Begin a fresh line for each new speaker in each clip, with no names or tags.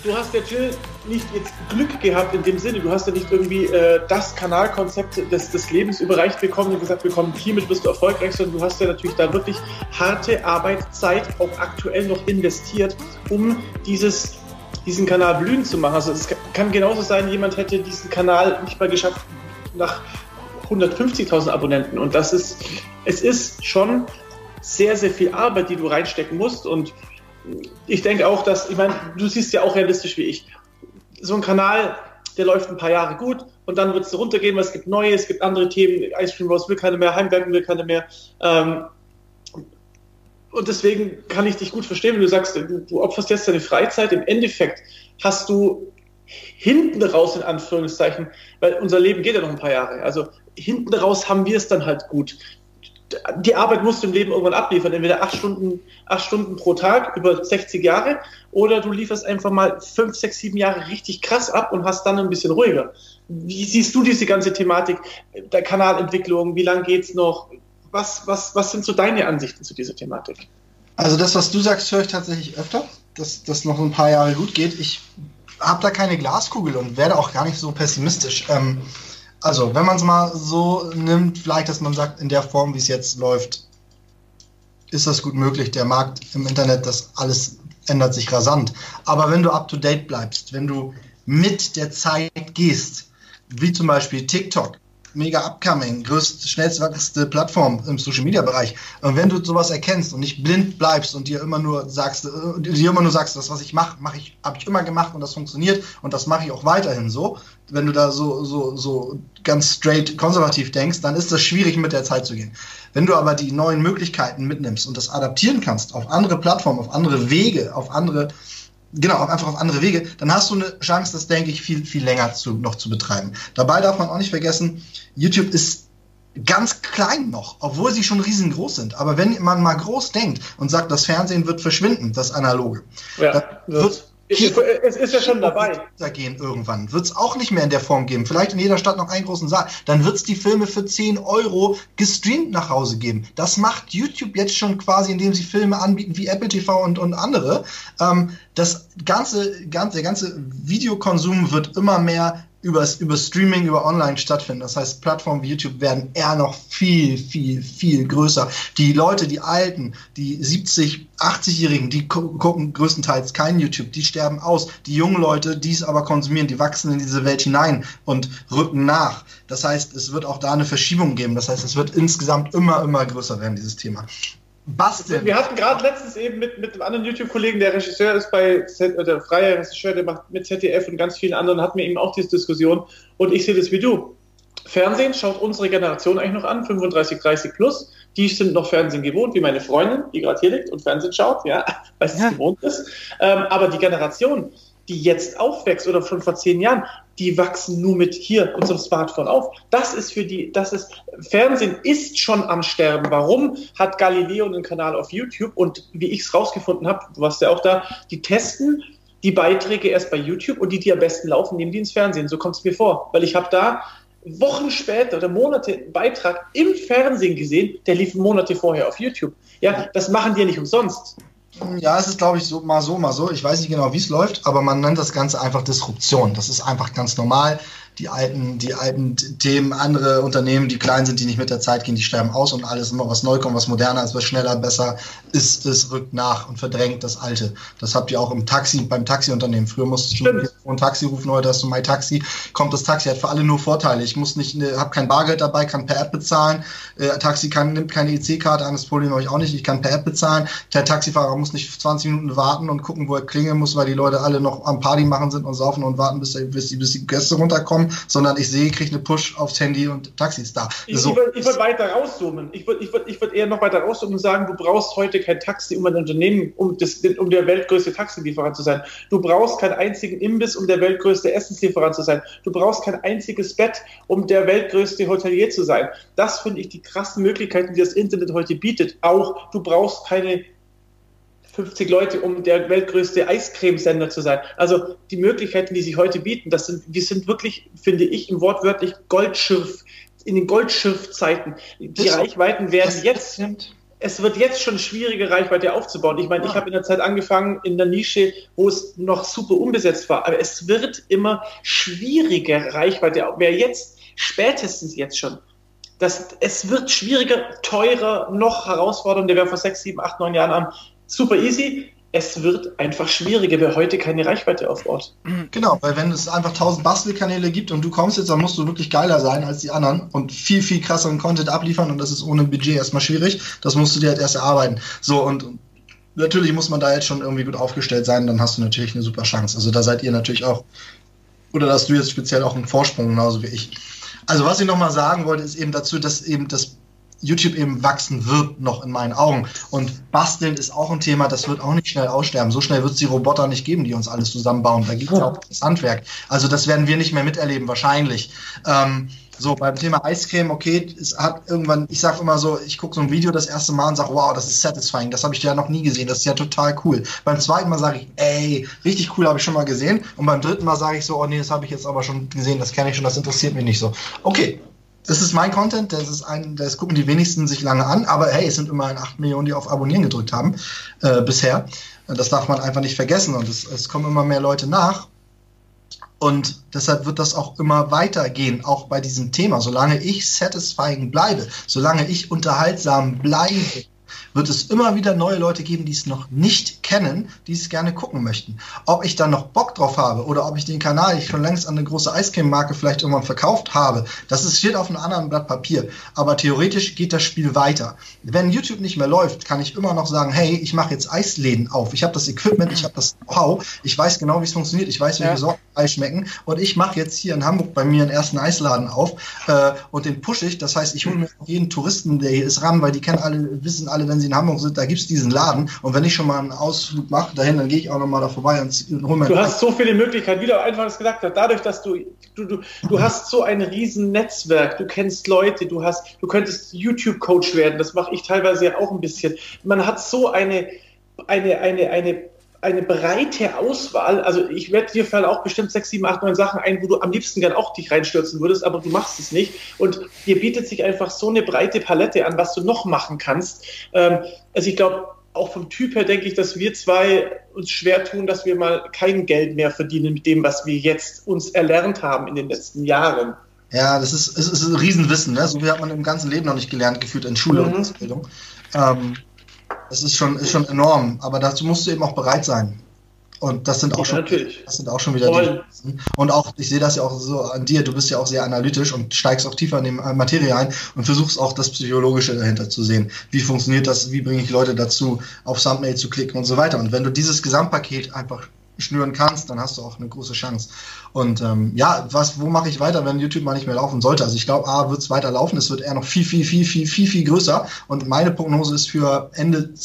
du hast ja, Jill, nicht jetzt Glück gehabt in dem Sinne. Du hast ja nicht irgendwie das Kanalkonzept des Lebens überreicht bekommen und gesagt, wir kommen hiermit bist du erfolgreich, sondern du hast ja natürlich da wirklich harte Arbeit, Zeit auch aktuell noch investiert, um diesen Kanal blühen zu machen. Also es kann genauso sein, jemand hätte diesen Kanal nicht mal geschafft nach 150.000 Abonnenten. Und es ist schon sehr, sehr viel Arbeit, die du reinstecken musst. Und ich denke auch, du siehst ja auch realistisch wie ich. So ein Kanal, der läuft ein paar Jahre gut und dann wird es runtergehen, weil es gibt neue, es gibt andere Themen. Ice Cream Rose will keine mehr, Heimwerken will keine mehr. Und deswegen kann ich dich gut verstehen, wenn du sagst, du opferst jetzt deine Freizeit. Im Endeffekt hast du hinten raus, in Anführungszeichen, weil unser Leben geht ja noch ein paar Jahre. Also hinten raus haben wir es dann halt gut. Die Arbeit musst du im Leben irgendwann abliefern, entweder 8 Stunden pro Tag über 60 Jahre oder du lieferst einfach mal 5, 6, 7 Jahre richtig krass ab und hast dann ein bisschen ruhiger. Wie siehst du diese ganze Thematik der Kanalentwicklung? Wie lange geht's noch? Was sind so deine Ansichten zu dieser Thematik?
Also das, was du sagst, höre ich tatsächlich öfter, dass das noch ein paar Jahre gut geht. Ich habe da keine Glaskugel und werde auch gar nicht so pessimistisch. Also, wenn man es mal so nimmt, vielleicht, dass man sagt, in der Form, wie es jetzt läuft, ist das gut möglich. Der Markt im Internet, das alles ändert sich rasant. Aber wenn du up-to-date bleibst, wenn du mit der Zeit gehst, wie zum Beispiel TikTok, mega upcoming, schnellst wachsende Plattform im Social-Media-Bereich. Und wenn du sowas erkennst und nicht blind bleibst und dir immer nur sagst, das, was ich mache, habe ich immer gemacht und das funktioniert und das mache ich auch weiterhin so. Wenn du da so ganz straight konservativ denkst, dann ist das schwierig, mit der Zeit zu gehen. Wenn du aber die neuen Möglichkeiten mitnimmst und das adaptieren kannst auf andere Plattformen, auf andere Wege, auf andere Wege, dann hast du eine Chance, das, denke ich, viel, viel länger noch zu betreiben. Dabei darf man auch nicht vergessen, YouTube ist ganz klein noch, obwohl sie schon riesengroß sind. Aber wenn man mal groß denkt und sagt, das Fernsehen wird verschwinden, das Analoge, dann wird es ist ja schon dabei. Gehen irgendwann. Wird es auch nicht mehr in der Form geben. Vielleicht in jeder Stadt noch einen großen Saal. Dann wird es die Filme für 10 € gestreamt nach Hause geben. Das macht YouTube jetzt schon quasi, indem sie Filme anbieten wie Apple TV und andere. Der ganze Videokonsum wird immer mehr über Streaming, über Online stattfinden. Das heißt, Plattformen wie YouTube werden eher noch viel, viel, viel größer. Die Leute, die Alten, die 70-, 80-Jährigen, die gucken größtenteils kein YouTube, die sterben aus. Die jungen Leute, die es aber konsumieren, die wachsen in diese Welt hinein und rücken nach. Das heißt, es wird auch da eine Verschiebung geben. Das heißt, es wird insgesamt immer, immer größer werden, dieses Thema.
Basteln. Wir hatten gerade letztens eben mit einem anderen YouTube-Kollegen, der Regisseur ist der freie Regisseur, der macht mit ZDF und ganz vielen anderen, hatten wir eben auch diese Diskussion und ich sehe das wie du. Fernsehen schaut unsere Generation eigentlich noch an, 35, 30 plus, die sind noch Fernsehen gewohnt, wie meine Freundin, die gerade hier liegt und Fernsehen schaut, ja, weil sie es gewohnt ist, aber die Generation, die jetzt aufwächst oder schon vor 10 Jahren, die wachsen nur mit hier unserem Smartphone auf. Fernsehen ist schon am Sterben. Warum hat Galileo einen Kanal auf YouTube und wie ich es rausgefunden habe, du warst ja auch da, die testen die Beiträge erst bei YouTube und die am besten laufen, nehmen die ins Fernsehen. So kommt es mir vor, weil ich habe da Wochen später oder Monate einen Beitrag im Fernsehen gesehen, der lief Monate vorher auf YouTube. Ja, das machen die ja nicht umsonst.
Ja, es ist, glaube ich, mal so. Ich weiß nicht genau, wie es läuft, aber man nennt das Ganze einfach Disruption. Das ist einfach ganz normal. Die alten Themen, andere Unternehmen, die klein sind, die nicht mit der Zeit gehen, die sterben aus und alles immer was neu kommt, was moderner ist, was schneller, besser ist, es rückt nach und verdrängt das Alte. Das habt ihr auch beim Taxiunternehmen. Früher musstest du ein Taxi rufen, heute hast du MyTaxi, kommt das Taxi, hat für alle nur Vorteile. Ich muss habe kein Bargeld dabei, kann per App bezahlen. Taxi nimmt keine EC-Karte an, das Problem habe ich auch nicht, ich kann per App bezahlen. Der Taxifahrer muss nicht 20 Minuten warten und gucken, wo er klingeln muss, weil die Leute alle noch am Party machen sind und saufen und warten, bis die Gäste runterkommen, sondern ich kriege eine Push aufs Handy und Taxi ist da.
Ich würde weiter rauszoomen. Ich würde eher noch weiter rauszoomen und sagen, du brauchst heute kein Taxi, um ein Unternehmen, um der weltgrößte Taxilieferant zu sein. Du brauchst keinen einzigen Imbiss, um der weltgrößte Essenslieferant zu sein. Du brauchst kein einziges Bett, um der weltgrößte Hotelier zu sein. Das finde ich die krassen Möglichkeiten, die das Internet heute bietet. Auch du brauchst keine 50 Leute, um der weltgrößte Eiscremesender zu sein. Also die Möglichkeiten, die sich heute bieten, wir sind wirklich, finde ich, im Wortwörtlich in den Goldschürfzeiten. Die Reichweiten werden jetzt es wird jetzt schon schwieriger, Reichweite aufzubauen. Ich meine, ich habe in der Zeit angefangen in der Nische, wo es noch super unbesetzt war, aber es wird immer schwieriger, Reichweite aufzubauen. Wer jetzt, spätestens jetzt schon, es wird schwieriger, teurer, noch herausfordernder. Wer vor 6, 7, 8, 9 Jahren an, super easy. Es wird einfach schwieriger, wer heute keine Reichweite aufbaut.
Genau, weil wenn es einfach 1000 Bastelkanäle gibt und du kommst jetzt, dann musst du wirklich geiler sein als die anderen und viel, viel krasseren Content abliefern und das ist ohne Budget erstmal schwierig. Das musst du dir halt erst erarbeiten. So, und natürlich muss man da jetzt schon irgendwie gut aufgestellt sein, dann hast du natürlich eine super Chance. Also da seid ihr natürlich auch, oder da hast du jetzt speziell auch einen Vorsprung, genauso wie ich. Also was ich nochmal sagen wollte, ist eben dazu, dass eben das YouTube eben wachsen wird noch in meinen Augen. Und Basteln ist auch ein Thema, das wird auch nicht schnell aussterben. So schnell wird es die Roboter nicht geben, die uns alles zusammenbauen. Da gibt es auch das Handwerk. Also das werden wir nicht mehr miterleben, wahrscheinlich. So, beim Thema Eiscreme, okay, es hat irgendwann, ich sag immer so, ich gucke so ein Video das erste Mal und sage, wow, das ist satisfying, das habe ich ja noch nie gesehen, das ist ja total cool. Beim zweiten Mal sage ich, ey, richtig cool, habe ich schon mal gesehen. Und beim dritten Mal sage ich so, oh nee, das habe ich jetzt aber schon gesehen, das kenne ich schon, das interessiert mich nicht so. Okay. Das ist mein Content, das gucken die wenigsten sich lange an, aber hey, es sind immerhin 8 Millionen, die auf Abonnieren gedrückt haben bisher. Das darf man einfach nicht vergessen und es kommen immer mehr Leute nach und deshalb wird das auch immer weitergehen, auch bei diesem Thema. Solange ich satisfying bleibe, solange ich unterhaltsam bleibe, wird es immer wieder neue Leute geben, die es noch nicht kennen, die es gerne gucken möchten. Ob ich dann noch Bock drauf habe oder ob ich den Kanal, ich schon längst an eine große Eiscreme-Marke vielleicht irgendwann verkauft habe, steht auf einem anderen Blatt Papier. Aber theoretisch geht das Spiel weiter. Wenn YouTube nicht mehr läuft, kann ich immer noch sagen, hey, ich mache jetzt Eisläden auf. Ich habe das Equipment, ich habe das Know-how, ich weiß genau, wie es funktioniert, ich weiß, welche Sorten Eis schmecken und ich mache jetzt hier in Hamburg bei mir einen ersten Eisladen auf und den pushe ich. Das heißt, ich hole mir jeden Touristen, der hier ist, ran, weil die wissen alle, wenn sie in Hamburg sind, da gibt es diesen Laden und wenn ich schon mal einen Ausflug mache dahin, dann gehe ich auch noch mal da vorbei und hole mir.
Du hast so viele Möglichkeiten, wie du einfach gesagt hast, dadurch, dass du hast so ein riesen Netzwerk, du kennst Leute, du könntest YouTube-Coach werden, das mache ich teilweise ja auch ein bisschen. Man hat so eine breite Auswahl, also ich werde dir fallen auch bestimmt 6, 7, 8, 9 Sachen ein, wo du am liebsten gern auch dich reinstürzen würdest, aber du machst es nicht und dir bietet sich einfach so eine breite Palette an, was du noch machen kannst. Also ich glaube, auch vom Typ her denke ich, dass wir zwei uns schwer tun, dass wir mal kein Geld mehr verdienen mit dem, was wir jetzt uns erlernt haben in den letzten Jahren.
Ja, es ist ein Riesenwissen, ne? So wie hat man im ganzen Leben noch nicht gelernt, gefühlt in Schule und Ausbildung. Das ist schon enorm, aber dazu musst du eben auch bereit sein. Und das sind auch schon wieder die. Und auch, ich sehe das ja auch so an dir, du bist ja auch sehr analytisch und steigst auch tiefer in die Materie ein und versuchst auch das Psychologische dahinter zu sehen. Wie funktioniert das, wie bringe ich Leute dazu, auf Thumbnail zu klicken und so weiter. Und wenn du dieses Gesamtpaket einfach schnüren kannst, dann hast du auch eine große Chance. Und wo mache ich weiter, wenn YouTube mal nicht mehr laufen sollte? Also ich glaube, wird es weiter laufen, es wird eher noch viel größer. Und meine Prognose ist für Ende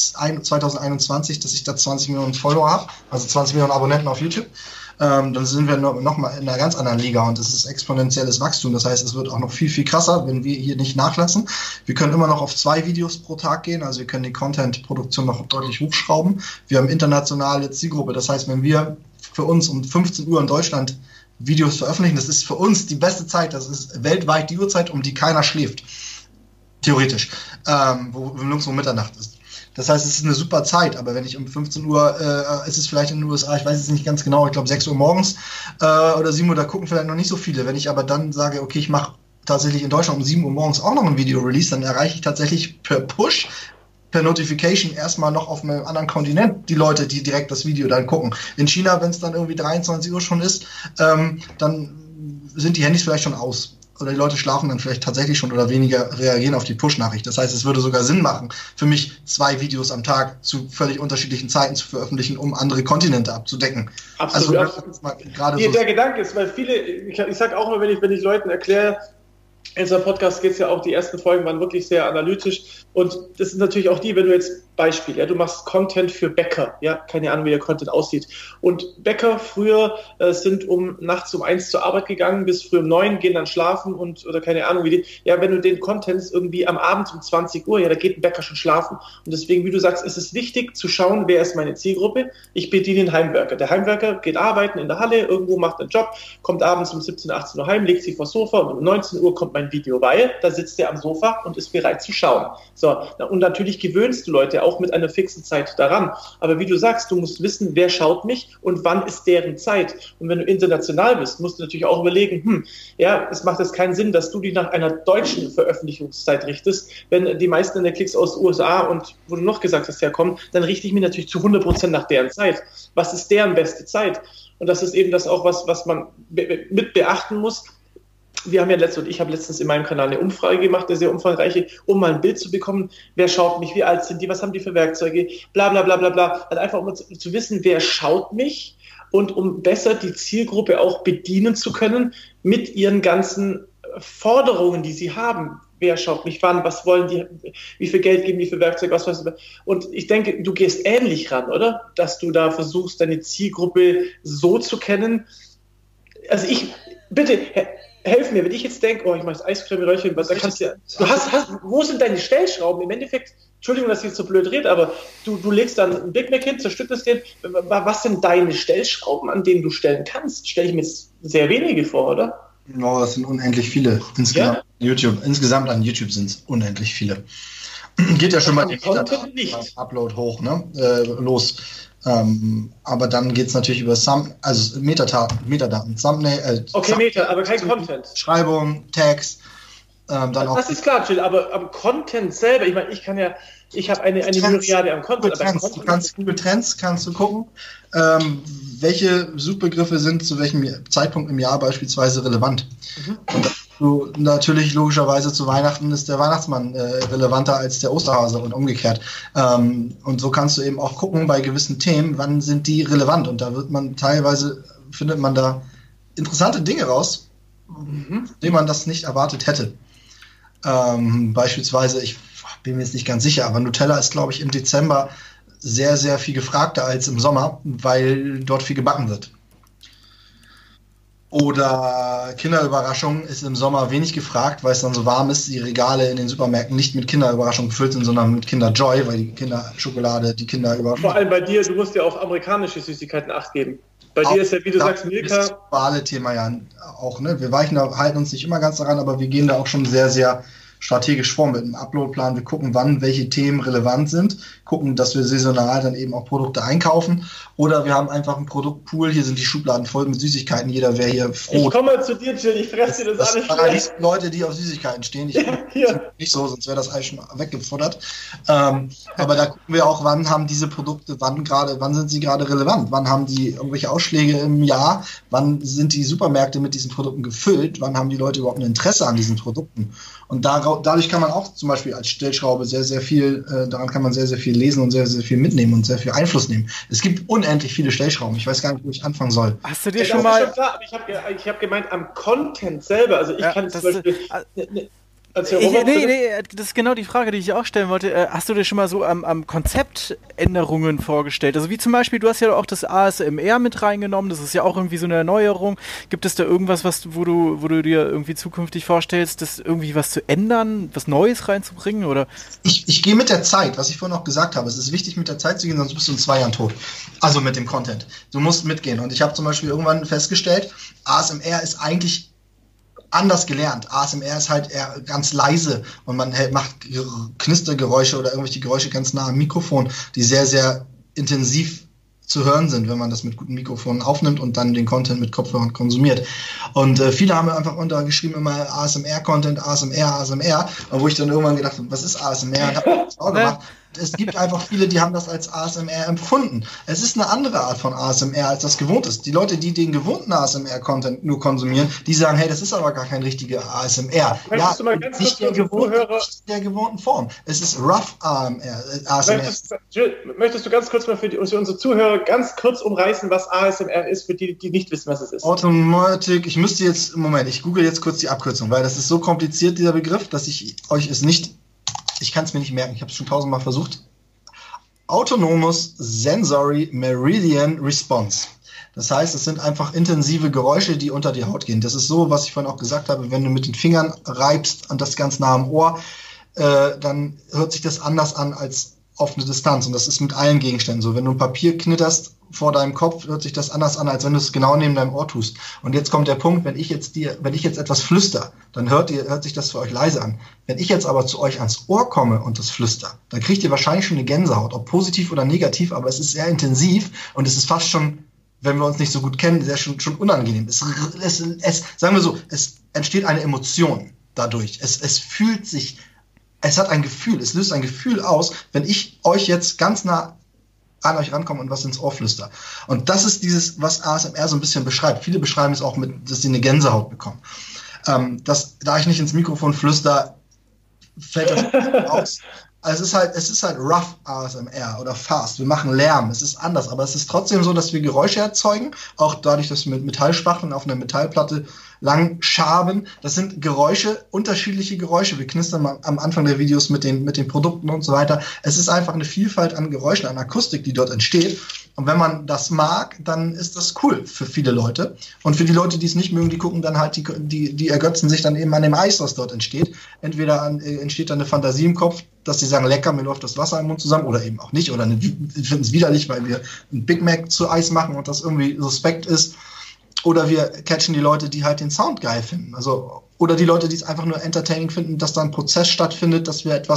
2021, dass ich da 20 Millionen Follower habe, also 20 Millionen Abonnenten auf YouTube. Dann sind wir noch mal in einer ganz anderen Liga und es ist exponentielles Wachstum. Das heißt, es wird auch noch viel krasser, wenn wir hier nicht nachlassen. Wir können immer noch auf 2 Videos pro Tag gehen, also wir können die Content-Produktion noch deutlich hochschrauben. Wir haben internationale Zielgruppe, das heißt, wenn wir für uns um 15 Uhr in Deutschland Videos veröffentlichen, das ist für uns die beste Zeit, das ist weltweit die Uhrzeit, um die keiner schläft. Theoretisch. Wo nirgendwo Mitternacht ist. Das heißt, es ist eine super Zeit, aber wenn ich um 15 Uhr, ist es vielleicht in den USA, ich weiß es nicht ganz genau, ich glaube 6 Uhr morgens oder 7 Uhr, da gucken vielleicht noch nicht so viele. Wenn ich aber dann sage, okay, ich mache tatsächlich in Deutschland um 7 Uhr morgens auch noch ein Video-Release, dann erreiche ich tatsächlich per Push, per Notification erstmal noch auf einem anderen Kontinent die Leute, die direkt das Video dann gucken. In China, wenn es dann irgendwie 23 Uhr schon ist, dann sind die Handys vielleicht schon aus. Oder die Leute schlafen dann vielleicht tatsächlich schon oder weniger reagieren auf die Push-Nachricht. Das heißt, es würde sogar Sinn machen, für mich 2 Videos am Tag zu völlig unterschiedlichen Zeiten zu veröffentlichen, um andere Kontinente abzudecken.
Absolut.
Also,
der Gedanke ist, weil viele, ich sage auch immer, wenn ich Leuten erkläre, in unserem Podcast geht es ja auch, die ersten Folgen waren wirklich sehr analytisch und das sind natürlich auch die, wenn du jetzt Beispiel, ja, du machst Content für Bäcker, ja, keine Ahnung, wie der Content aussieht und Bäcker früher sind nachts um 1 zur Arbeit gegangen, bis früh um 9, gehen dann schlafen oder keine Ahnung wie die, ja, wenn du den Content irgendwie am Abend um 20 Uhr, ja, da geht ein Bäcker schon schlafen und deswegen, wie du sagst, ist es wichtig zu schauen, wer ist meine Zielgruppe, ich bediene den Heimwerker, der Heimwerker geht arbeiten in der Halle, irgendwo macht einen Job, kommt abends um 17, 18 Uhr heim, legt sich vors Sofa und um 19 Uhr kommt mein Video, weil da sitzt er am Sofa und ist bereit zu schauen. So, und natürlich gewöhnst du Leute auch mit einer fixen Zeit daran. Aber wie du sagst, du musst wissen, wer schaut mich und wann ist deren Zeit. Und wenn du international bist, musst du natürlich auch überlegen, es macht jetzt keinen Sinn, dass du die nach einer deutschen Veröffentlichungszeit richtest. Wenn die meisten der Klicks aus den USA und wo du noch gesagt hast, herkommen, dann richte ich mich natürlich zu 100% nach deren Zeit. Was ist deren beste Zeit? Und das ist eben das auch, was man mit beachten muss. Wir haben ja ich habe letztens in meinem Kanal eine Umfrage gemacht, eine sehr umfangreiche, um mal ein Bild zu bekommen, wer schaut mich, wie alt sind die, was haben die für Werkzeuge, bla bla bla bla bla. Also einfach um zu wissen, wer schaut mich und um besser die Zielgruppe auch bedienen zu können mit ihren ganzen Forderungen, die sie haben. Wer schaut mich wann, was wollen die, wie viel Geld geben die für Werkzeug, was weiß ich. Und ich denke, du gehst ähnlich ran, oder? Dass du da versuchst, deine Zielgruppe so zu kennen. Also bitte, helf mir, wenn ich jetzt denke, ich mache Eiscreme-Röllchen, da kannst du wo sind deine Stellschrauben? Im Endeffekt, Entschuldigung, dass ich jetzt so blöd rede, aber du legst dann ein Big Mac hin, zerstückelst den. Was sind deine Stellschrauben, an denen du stellen kannst? Stelle ich mir jetzt sehr wenige vor, oder?
Oh, das sind unendlich viele. Insgesamt, Insgesamt an YouTube sind es unendlich viele. Geht ja schon mal die Upload hoch, ne? Los. Aber dann geht es natürlich über Metadaten, Thumbnail.
Aber kein Content.
Schreibung, Tags.
Das ist klar, Jill, aber Content selber, ich habe eine Myriade an Content.
Du kannst Google Trends kannst du gucken, welche Suchbegriffe sind zu welchem Zeitpunkt im Jahr beispielsweise relevant. Und natürlich logischerweise zu Weihnachten ist der Weihnachtsmann relevanter als der Osterhase und umgekehrt. Und so kannst du eben auch gucken bei gewissen Themen, wann sind die relevant. Und da findet man da interessante Dinge raus, denen man das nicht erwartet hätte. Beispielsweise, ich bin mir jetzt nicht ganz sicher, aber Nutella ist, glaube ich, im Dezember sehr, sehr viel gefragter als im Sommer, weil dort viel gebacken wird. Oder Kinderüberraschung ist im Sommer wenig gefragt, weil es dann so warm ist, die Regale in den Supermärkten nicht mit Kinderüberraschung gefüllt sind, sondern mit Kinderjoy, weil die Kinderschokolade, die Kinderüberraschung...
Vor allem bei dir, du musst ja auf amerikanische Süßigkeiten Acht geben. Bei dir ist ja, wie du sagst, Milka... Das globale Thema ja auch, ne? Wir halten uns nicht immer ganz daran, aber wir gehen da auch schon sehr, sehr strategisch vor mit einem Uploadplan. Wir gucken, wann welche Themen relevant sind, gucken, dass wir saisonal dann eben auch Produkte einkaufen. Oder wir haben einfach einen Produktpool, hier sind die Schubladen voll mit Süßigkeiten, jeder wäre hier froh. Ich komme mal zu dir, Jill, ich fresse dir das alles.
Die Leute, die auf Süßigkeiten stehen, nicht so, sonst wäre das alles schon weggefuttert. Aber da gucken wir auch, wann haben diese Produkte, wann sind sie gerade relevant, wann haben die irgendwelche Ausschläge im Jahr, wann sind die Supermärkte mit diesen Produkten gefüllt, wann haben die Leute überhaupt ein Interesse an diesen Produkten. Und dadurch kann man auch zum Beispiel als Stellschraube sehr, sehr viel, daran kann man sehr, sehr viel lesen und sehr, sehr viel mitnehmen und sehr viel Einfluss nehmen. Es gibt unendlich viele Stellschrauben. Ich weiß gar nicht, wo ich anfangen soll.
Hast du dir schon mal... Schon klar, aber ich hab gemeint, am Content selber, also ich kann zum Beispiel... Das
ist genau die Frage, die ich auch stellen wollte. Hast du dir schon mal so am Konzeptänderungen vorgestellt? Also wie zum Beispiel, du hast ja auch das ASMR mit reingenommen, das ist ja auch irgendwie so eine Erneuerung. Gibt es da irgendwas, wo du dir irgendwie zukünftig vorstellst, das irgendwie was zu ändern, was Neues reinzubringen? Oder?
Ich gehe mit der Zeit, was ich vorhin auch gesagt habe. Es ist wichtig, mit der Zeit zu gehen, sonst bist du in 2 Jahren tot. Also mit dem Content. Du musst mitgehen. Und ich habe zum Beispiel irgendwann festgestellt, ASMR ist eigentlich anders gelernt. ASMR ist halt eher ganz leise und man macht Knistergeräusche oder irgendwelche Geräusche ganz nah am Mikrofon, die sehr, sehr intensiv zu hören sind, wenn man das mit guten Mikrofonen aufnimmt und dann den Content mit Kopfhörern konsumiert. Und viele haben einfach untergeschrieben immer ASMR-Content, ASMR, wo ich dann irgendwann gedacht habe, was ist ASMR? Und habe das auch gemacht. Es gibt einfach viele, die haben das als ASMR empfunden. Es ist eine andere Art von ASMR, als das gewohnt ist. Die Leute, die den gewohnten ASMR-Content nur konsumieren, die sagen, hey, das ist aber gar kein richtiger ASMR.
Möchtest du mal ganz
nicht
kurz
der gewohnten Form. Es ist Rough ASMR.
Möchtest du ganz kurz mal für unsere Zuhörer ganz kurz umreißen, was ASMR ist, für die nicht wissen, was es ist?
Automatic, ich google jetzt kurz die Abkürzung, weil das ist so kompliziert, dieser Begriff, dass ich kann es mir nicht merken, ich habe es schon 1000-mal versucht. Autonomous Sensory Meridian Response. Das heißt, es sind einfach intensive Geräusche, die unter die Haut gehen. Das ist so, was ich vorhin auch gesagt habe, wenn du mit den Fingern reibst und das ganz nah am Ohr, dann hört sich das anders an als auf eine Distanz und das ist mit allen Gegenständen so. Wenn du ein Papier knitterst vor deinem Kopf, hört sich das anders an, als wenn du es genau neben deinem Ohr tust. Und jetzt kommt der Punkt, wenn ich jetzt etwas flüster, dann hört sich das für euch leise an. Wenn ich jetzt aber zu euch ans Ohr komme und das flüster, dann kriegt ihr wahrscheinlich schon eine Gänsehaut, ob positiv oder negativ, aber es ist sehr intensiv und es ist fast schon, wenn wir uns nicht so gut kennen, sehr schon unangenehm. Es sagen wir so, es entsteht eine Emotion dadurch. Es fühlt sich, es hat ein Gefühl, es löst ein Gefühl aus, wenn ich euch jetzt ganz nah an euch rankomme und was ins Ohr flüster. Und das ist dieses, was ASMR so ein bisschen beschreibt. Viele beschreiben es auch mit, dass sie eine Gänsehaut bekommen. Da ich nicht ins Mikrofon flüster, fällt das aus. Also es ist halt rough ASMR oder fast. Wir machen Lärm. Es ist anders, aber es ist trotzdem so, dass wir Geräusche erzeugen. Auch dadurch, dass wir mit Metallspachteln auf einer Metallplatte lang schaben. Das sind Geräusche, unterschiedliche Geräusche. Wir knistern mal am Anfang der Videos mit den Produkten und so weiter. Es ist einfach eine Vielfalt an Geräuschen, an Akustik, die dort entsteht. Und wenn man das mag, dann ist das cool für viele Leute. Und für die Leute, die es nicht mögen, die gucken dann halt, die ergötzen sich dann eben an dem Eis, was dort entsteht. Entweder entsteht dann eine Fantasie im Kopf, dass sie sagen, lecker, mir läuft das Wasser im Mund zusammen, oder eben auch nicht. Oder finden es widerlich, weil wir ein Big Mac zu Eis machen und das irgendwie suspekt ist. Oder wir catchen die Leute, die halt den Sound geil finden. Also, oder die Leute, die es einfach nur entertaining finden, dass da ein Prozess stattfindet, dass wir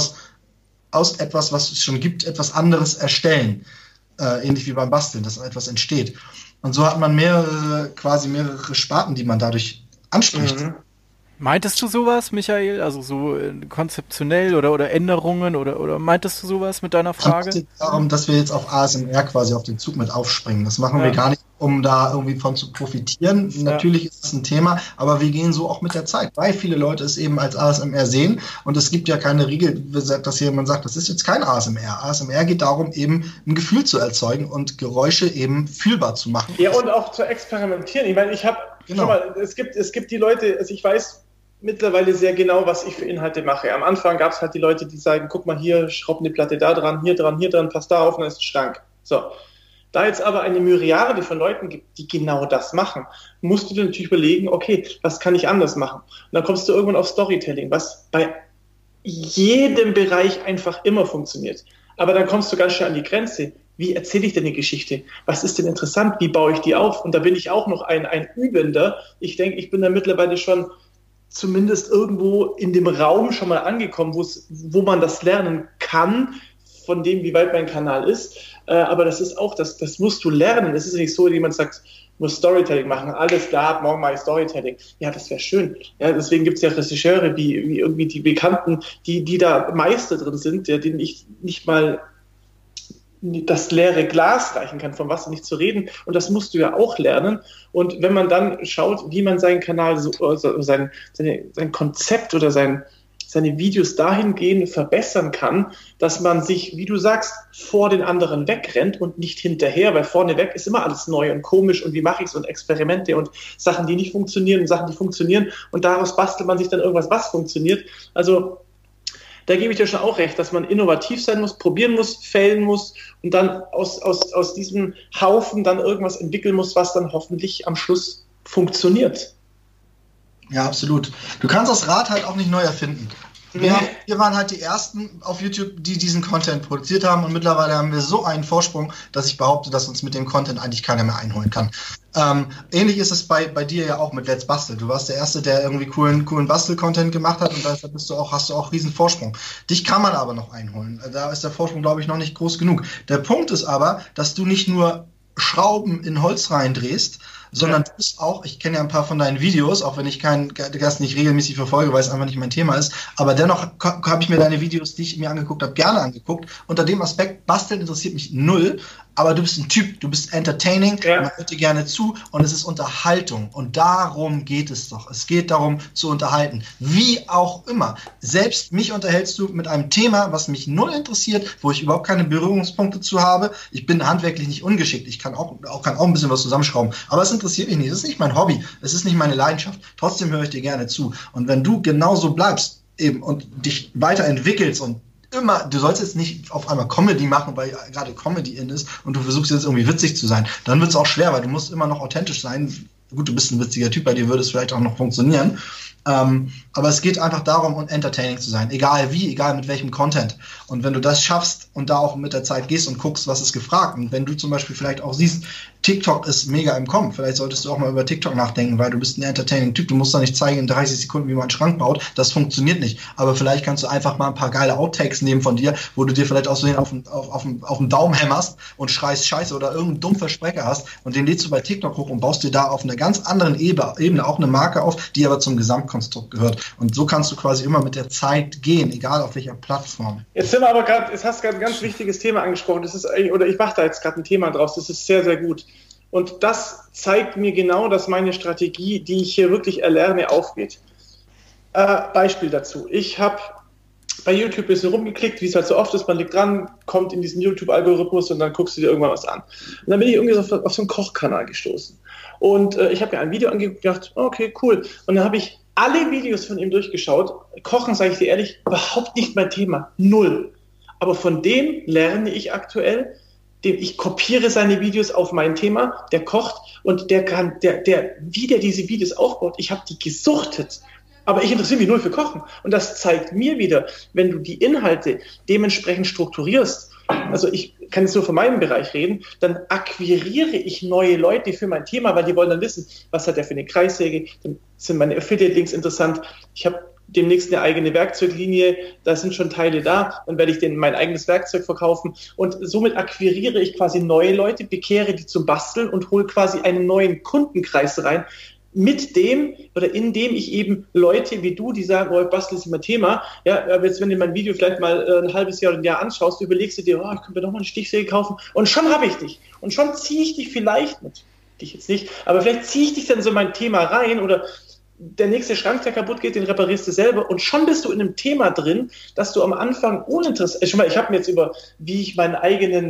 aus etwas, was es schon gibt, etwas anderes erstellen. Ähnlich wie beim Basteln, dass etwas entsteht. Und so hat man mehrere Sparten, die man dadurch anspricht.
Mhm. Meintest du sowas, Michael? Also so konzeptionell oder Änderungen oder meintest du sowas mit deiner Frage?
Es geht darum, dass wir jetzt auf ASMR quasi auf den Zug mit aufspringen. Das machen wir gar nicht, um da irgendwie von zu profitieren. Ja. Natürlich ist das ein Thema, aber wir gehen so auch mit der Zeit, weil viele Leute es eben als ASMR sehen und es gibt ja keine Regel, dass jemand sagt, das ist jetzt kein ASMR. ASMR geht darum, eben ein Gefühl zu erzeugen und Geräusche eben fühlbar zu machen.
Ja, und auch zu experimentieren. Ich meine, schau mal, es gibt die Leute, also ich weiß mittlerweile sehr genau, was ich für Inhalte mache. Am Anfang gab es halt die Leute, die sagen, guck mal hier, schraub eine Platte da dran, hier dran, passt da auf, und dann ist ein Schrank. So. Da jetzt aber eine Myriade von Leuten gibt, die genau das machen, musst du dir natürlich überlegen, okay, was kann ich anders machen? Und dann kommst du irgendwann auf Storytelling, was bei jedem Bereich einfach immer funktioniert. Aber dann kommst du ganz schnell an die Grenze. Wie erzähle ich denn eine Geschichte? Was ist denn interessant? Wie baue ich die auf? Und da bin ich auch noch ein Übender. Ich denke, ich bin da mittlerweile schon zumindest irgendwo in dem Raum schon mal angekommen, wo man das lernen kann, von dem, wie weit mein Kanal ist. Aber das ist auch, das musst du lernen. Es ist nicht so, wie jemand sagt, muss Storytelling machen. Alles klar, morgen mache ich Storytelling. Ja, das wäre schön. Ja, deswegen gibt es ja Regisseure, wie irgendwie die Bekannten, die da Meister drin sind, denen ich nicht mal das leere Glas reichen kann, vom Wasser nicht zu reden. Und das musst du ja auch lernen. Und wenn man dann schaut, wie man seinen Kanal, sein Konzept oder seine Videos dahingehend verbessern kann, dass man sich, wie du sagst, vor den anderen wegrennt und nicht hinterher, weil vorne weg ist immer alles neu und komisch und wie mache ich es und Experimente und Sachen, die nicht funktionieren und Sachen, die funktionieren, und daraus bastelt man sich dann irgendwas, was funktioniert. Also da gebe ich dir schon auch recht, dass man innovativ sein muss, probieren muss, fällen muss und dann aus diesem Haufen dann irgendwas entwickeln muss, was dann hoffentlich am Schluss funktioniert.
Ja, absolut. Du kannst das Rad halt auch nicht neu erfinden. Wir waren halt die Ersten auf YouTube, die diesen Content produziert haben, und mittlerweile haben wir so einen Vorsprung, dass ich behaupte, dass uns mit dem Content eigentlich keiner mehr einholen kann. Ähnlich ist es bei dir ja auch mit Let's Bastel. Du warst der Erste, der irgendwie coolen Bastel-Content gemacht hat, und deshalb hast du auch riesen Vorsprung. Dich kann man aber noch einholen. Da ist der Vorsprung, glaube ich, noch nicht groß genug. Der Punkt ist aber, dass du nicht nur Schrauben in Holz reindrehst, sondern du bist auch, ich kenne ja ein paar von deinen Videos, auch wenn ich das nicht regelmäßig verfolge, weil es einfach nicht mein Thema ist, aber dennoch habe ich mir deine Videos, die ich mir angeguckt habe, gerne angeguckt. Unter dem Aspekt, Basteln interessiert mich null, aber du bist ein Typ, du bist entertaining, man hört dir gerne zu, und es ist Unterhaltung, und darum geht es doch. Es geht darum, zu unterhalten. Wie auch immer. Selbst mich unterhältst du mit einem Thema, was mich null interessiert, wo ich überhaupt keine Berührungspunkte zu habe. Ich bin handwerklich nicht ungeschickt. Ich kann auch ein bisschen was zusammenschrauben. Aber es interessiert mich nicht. Das ist nicht mein Hobby. Es ist nicht meine Leidenschaft. Trotzdem höre ich dir gerne zu. Und wenn du genauso bleibst eben und dich weiterentwickelst und immer, du sollst jetzt nicht auf einmal Comedy machen, weil gerade Comedy in ist und du versuchst jetzt irgendwie witzig zu sein, dann wird es auch schwer, weil du musst immer noch authentisch sein. Gut, du bist ein witziger Typ, bei dir würde es vielleicht auch noch funktionieren, Aber es geht einfach darum, entertaining zu sein. Egal wie, egal mit welchem Content. Und wenn du das schaffst und da auch mit der Zeit gehst und guckst, was ist gefragt. Und wenn du zum Beispiel vielleicht auch siehst, TikTok ist mega im Kommen. Vielleicht solltest du auch mal über TikTok nachdenken, weil du bist ein entertaining Typ. Du musst da nicht zeigen in 30 Sekunden, wie man einen Schrank baut. Das funktioniert nicht. Aber vielleicht kannst du einfach mal ein paar geile Outtakes nehmen von dir, wo du dir vielleicht aus Versehen auf den Daumen hämmerst und schreist Scheiße oder irgendeinen dummen Versprecher hast und den lädst du bei TikTok hoch und baust dir da auf einer ganz anderen Ebene auch eine Marke auf, die aber zum Gesamtkonstrukt gehört. Und so kannst du quasi immer mit der Zeit gehen, egal auf welcher Plattform.
Jetzt sind wir aber gerade, jetzt hast du gerade ein ganz wichtiges Thema angesprochen. Das ist oder ich mache da jetzt gerade ein Thema draus. Das ist sehr, sehr gut. Und das zeigt mir genau, dass meine Strategie, die ich hier wirklich erlerne, aufgeht. Beispiel dazu. Ich habe bei YouTube ein bisschen rumgeklickt, wie es halt so oft ist, man liegt dran, kommt in diesen YouTube-Algorithmus und dann guckst du dir irgendwann was an. Und dann bin ich irgendwie so auf so einen Kochkanal gestoßen. Und ich habe mir ein Video angeguckt und gedacht, okay, cool. Und dann habe ich alle Videos von ihm durchgeschaut. Kochen, sage ich dir ehrlich, überhaupt nicht mein Thema. Null. Aber von dem lerne ich aktuell, ich kopiere seine Videos auf mein Thema, der kocht und wie der diese Videos aufbaut, ich habe die gesuchtet. Aber ich interessiere mich null für Kochen. Und das zeigt mir wieder, wenn du die Inhalte dementsprechend strukturierst, also ich kann jetzt nur von meinem Bereich reden, dann akquiriere ich neue Leute für mein Thema, weil die wollen dann wissen, was hat der für eine Kreissäge, dann sind meine Affiliate-Links interessant, ich habe demnächst eine eigene Werkzeuglinie, da sind schon Teile da, dann werde ich denen mein eigenes Werkzeug verkaufen und somit akquiriere ich quasi neue Leute, bekehre die zum Basteln und hole quasi einen neuen Kundenkreis rein, mit dem oder indem ich eben Leute wie du, die sagen, oh, Basteln ist immer Thema, ja, aber jetzt, wenn du mein Video vielleicht mal ein halbes Jahr oder ein Jahr anschaust, überlegst du dir, oh, ich könnte mir doch mal eine Stichsäge kaufen und schon habe ich dich und schon ziehe ich dich vielleicht mit, dich jetzt nicht, aber vielleicht ziehe ich dich dann so in mein Thema rein oder der nächste Schrank, der kaputt geht, den reparierst du selber und schon bist du in einem Thema drin, dass du am Anfang uninteressant, ich habe mir jetzt über, wie ich mein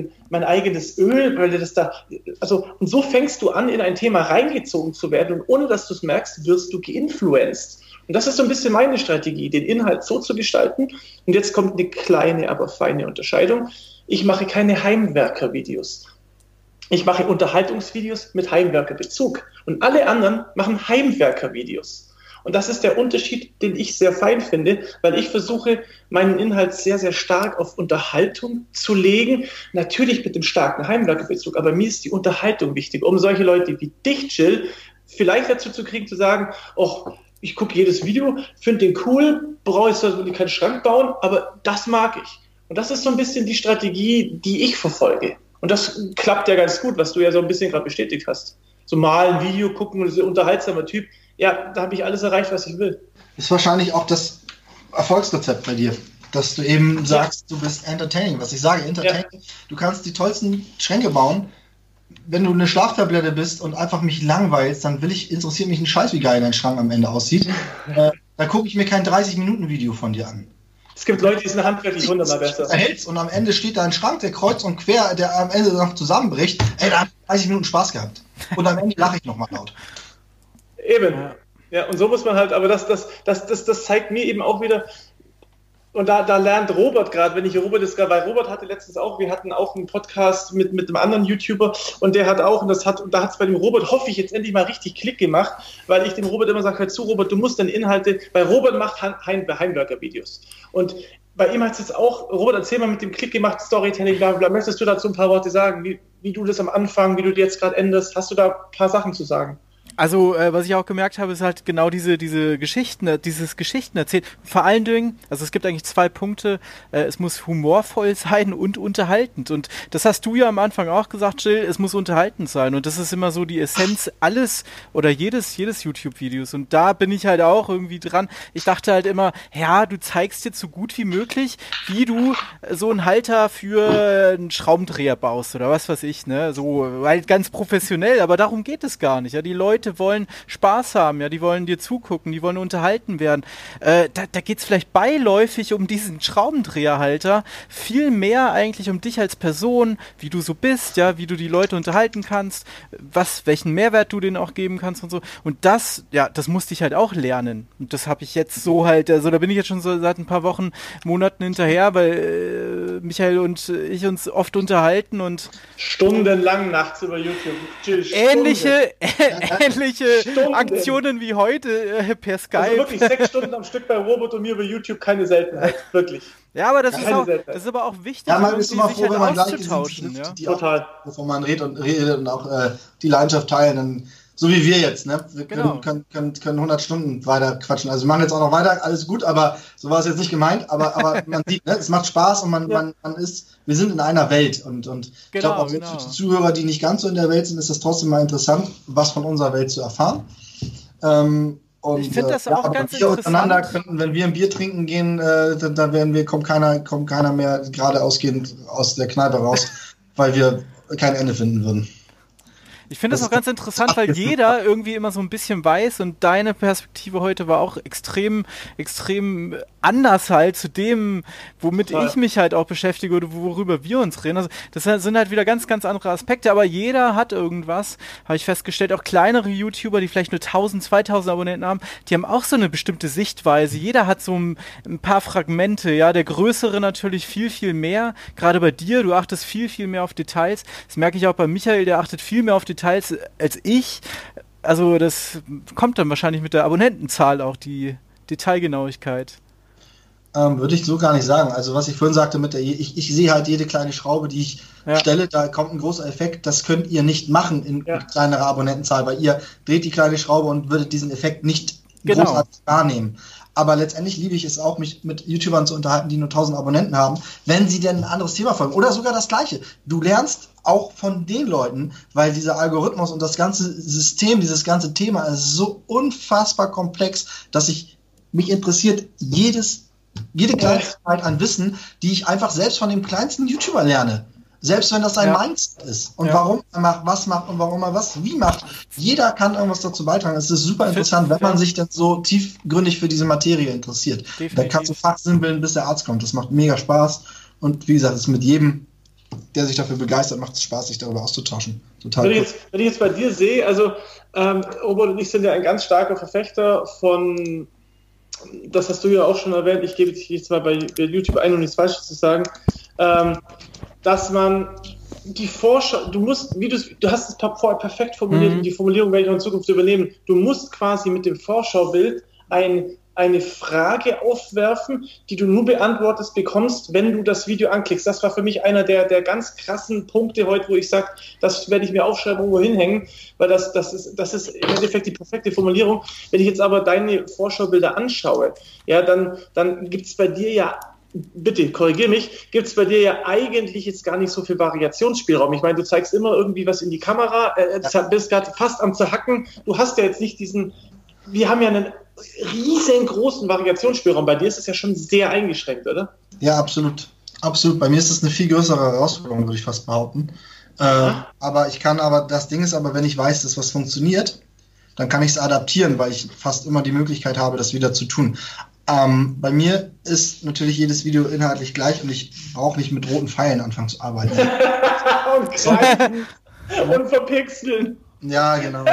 eigenes Öl, weil das da, also und so fängst du an, in ein Thema reingezogen zu werden und ohne, dass du es merkst, wirst du geinfluenced. Und das ist so ein bisschen meine Strategie, den Inhalt so zu gestalten. Und jetzt kommt eine kleine, aber feine Unterscheidung. Ich mache keine Heimwerker-Videos. Ich mache Unterhaltungsvideos mit Heimwerkerbezug und alle anderen machen Heimwerkervideos. Und das ist der Unterschied, den ich sehr fein finde, weil ich versuche, meinen Inhalt sehr, sehr stark auf Unterhaltung zu legen. Natürlich mit dem starken Heimwerkerbezug, aber mir ist die Unterhaltung wichtig, um solche Leute wie dich, Jill, vielleicht dazu zu kriegen, zu sagen, oh, ich gucke jedes Video, finde den cool, brauche jetzt wirklich keinen Schrank bauen, aber das mag ich. Und das ist so ein bisschen die Strategie, die ich verfolge. Und das klappt ja ganz gut, was du ja so ein bisschen gerade bestätigt hast. So mal ein Video gucken und so ein unterhaltsamer Typ. Ja, da habe ich alles erreicht, was ich will.
Das ist wahrscheinlich auch das Erfolgsrezept bei dir, dass du eben sagst, du bist entertaining. Was ich sage, entertaining, du kannst die tollsten Schränke bauen. Wenn du eine Schlaftablette bist und einfach mich langweilst, dann interessiert mich ein Scheiß, wie geil dein Schrank am Ende aussieht. Dann gucke ich mir kein 30-Minuten-Video von dir an.
Es gibt Leute, die sind handwerklich wunderbar besser.
Und am Ende steht da ein Schrank, der kreuz und quer, der am Ende noch zusammenbricht. Ey, da habe ich 30 Minuten Spaß gehabt. Und am Ende lache ich nochmal laut.
Eben. Ja, und so muss man halt, aber das zeigt mir eben auch wieder, und da lernt Robert gerade, wenn ich Robert ist gerade, weil Robert hatte letztens auch, wir hatten auch einen Podcast mit einem anderen YouTuber und der hat auch, und da hat es bei dem Robert, hoffe ich, jetzt endlich mal richtig Klick gemacht, weil ich dem Robert immer sage, hör zu, Robert, du musst deine Inhalte, weil Robert macht Heimwerker-Videos. Und bei ihm hat es jetzt auch, Robert, erzähl mal mit dem Klick gemacht, Storytelling, bla bla, möchtest du dazu ein paar Worte sagen, wie du das am Anfang, wie du jetzt gerade änderst, hast du da ein paar Sachen zu sagen?
Also, was ich auch gemerkt habe, ist halt genau dieses Geschichten erzählt. Vor allen Dingen, also es gibt eigentlich 2 Punkte, es muss humorvoll sein und unterhaltend. Und das hast du ja am Anfang auch gesagt, Jill, es muss unterhaltend sein. Und das ist immer so die Essenz alles oder jedes YouTube-Videos. Und da bin ich halt auch irgendwie dran. Ich dachte halt immer, ja, du zeigst jetzt so gut wie möglich, wie du so einen Halter für einen Schraubendreher baust oder was weiß ich, ne? So, halt ganz professionell, aber darum geht es gar nicht. Ja, die Leute wollen Spaß haben, ja, die wollen dir zugucken, die wollen unterhalten werden. Da geht es vielleicht beiläufig um diesen Schraubendreherhalter, viel mehr eigentlich um dich als Person, wie du so bist, ja, wie du die Leute unterhalten kannst, welchen Mehrwert du denen auch geben kannst und so. Und das musste ich halt auch lernen. Und das habe ich jetzt so halt, also da bin ich jetzt schon so seit ein paar Wochen, Monaten hinterher, weil Michael und ich uns oft unterhalten und
stundenlang nachts über YouTube.
Ähnliche ähnliche Aktionen wie heute per Skype.
Also wirklich 6 Stunden am Stück bei Robot und mir über YouTube, keine Seltenheit, wirklich.
Ja, aber das ist aber auch wichtig,
ja, man ist immer froh, wenn man gleich
Total.
Wovon man redet und auch die Leidenschaft teilen, dann, so wie wir jetzt, ne? Wir können 100 Stunden weiter quatschen. Also wir machen jetzt auch noch weiter, alles gut, aber so war es jetzt nicht gemeint, aber man sieht, ne? Es macht Spaß und wir sind in einer Welt und ich glaube auch für die Zuhörer, die nicht ganz so in der Welt sind, ist das trotzdem mal interessant, was von unserer Welt zu erfahren. Und,
ich finde das auch ganz
wir
interessant.
Untereinander könnten, wenn wir ein Bier trinken gehen, dann kommt keiner mehr gerade ausgehend aus der Kneipe raus, weil wir kein Ende finden würden.
Ich finde das auch ganz interessant, weil jeder irgendwie immer so ein bisschen weiß und deine Perspektive heute war auch extrem anders halt zu dem, womit ich mich halt auch beschäftige oder worüber wir uns reden. Also das sind halt wieder ganz, ganz andere Aspekte, aber jeder hat irgendwas, habe ich festgestellt, auch kleinere YouTuber, die vielleicht nur 1000, 2000 Abonnenten haben, die haben auch so eine bestimmte Sichtweise. Jeder hat so ein paar Fragmente, ja, der Größere natürlich viel, viel mehr. Gerade bei dir, du achtest viel, viel mehr auf Details. Das merke ich auch bei Michael, der achtet viel mehr auf Details als ich. Also das kommt dann wahrscheinlich mit der Abonnentenzahl auch, die Detailgenauigkeit.
Würde ich so gar nicht sagen. Also was ich vorhin sagte, ich sehe halt jede kleine Schraube, die ich stelle, da kommt ein großer Effekt, das könnt ihr nicht machen in kleinerer Abonnentenzahl, weil ihr dreht die kleine Schraube und würdet diesen Effekt nicht großartig wahrnehmen. Aber letztendlich liebe ich es auch, mich mit YouTubern zu unterhalten, die nur 1000 Abonnenten haben, wenn sie denn ein anderes Thema folgen. Oder sogar das Gleiche. Du lernst auch von den Leuten, weil dieser Algorithmus und das ganze System, dieses ganze Thema ist so unfassbar komplex, dass mich interessiert jede Kleinigkeit an Wissen, die ich einfach selbst von dem kleinsten YouTuber lerne. Selbst wenn das sein Mindset ist. Und warum er macht, was macht und warum er was wie macht. Jeder kann irgendwas dazu beitragen. Es ist super interessant, wenn man sich dann so tiefgründig für diese Materie interessiert. Definitiv. Dann kannst du fachsimpeln, bis der Arzt kommt. Das macht mega Spaß. Und wie gesagt, es ist mit jedem, der sich dafür begeistert, macht es Spaß, sich darüber auszutauschen. Total
wenn ich jetzt bei dir sehe, also Robert und ich sind ja ein ganz starker Verfechter von, das hast du ja auch schon erwähnt, ich gebe jetzt mal bei YouTube ein, um nichts Falsches zu sagen, dass man die Vorschau, du hast es vorher perfekt formuliert und die Formulierung werde ich auch in Zukunft übernehmen. Du musst quasi mit dem Vorschaubild eine Frage aufwerfen, die du nur beantwortest bekommst, wenn du das Video anklickst. Das war für mich einer der ganz krassen Punkte heute, wo ich sage, das werde ich mir aufschreiben, irgendwo hinhängen, weil das ist im Endeffekt die perfekte Formulierung. Wenn ich jetzt aber deine Vorschaubilder anschaue, ja, dann gibt es bei dir ja, bitte, korrigier mich, gibt es bei dir ja eigentlich jetzt gar nicht so viel Variationsspielraum. Ich meine, du zeigst immer irgendwie was in die Kamera, bist gerade fast am Zerhacken. Du hast ja jetzt nicht wir haben ja einen riesengroßen Variationsspielraum. Bei dir ist es ja schon sehr eingeschränkt, oder?
Ja, absolut. Absolut. Bei mir ist es eine viel größere Herausforderung, würde ich fast behaupten. Das Ding ist aber, wenn ich weiß, dass was funktioniert, dann kann ich es adaptieren, weil ich fast immer die Möglichkeit habe, das wieder zu tun. Bei mir ist natürlich jedes Video inhaltlich gleich und ich brauche nicht mit roten Pfeilen anfangen zu arbeiten.
Und kreisen und verpixeln.
Ja, genau.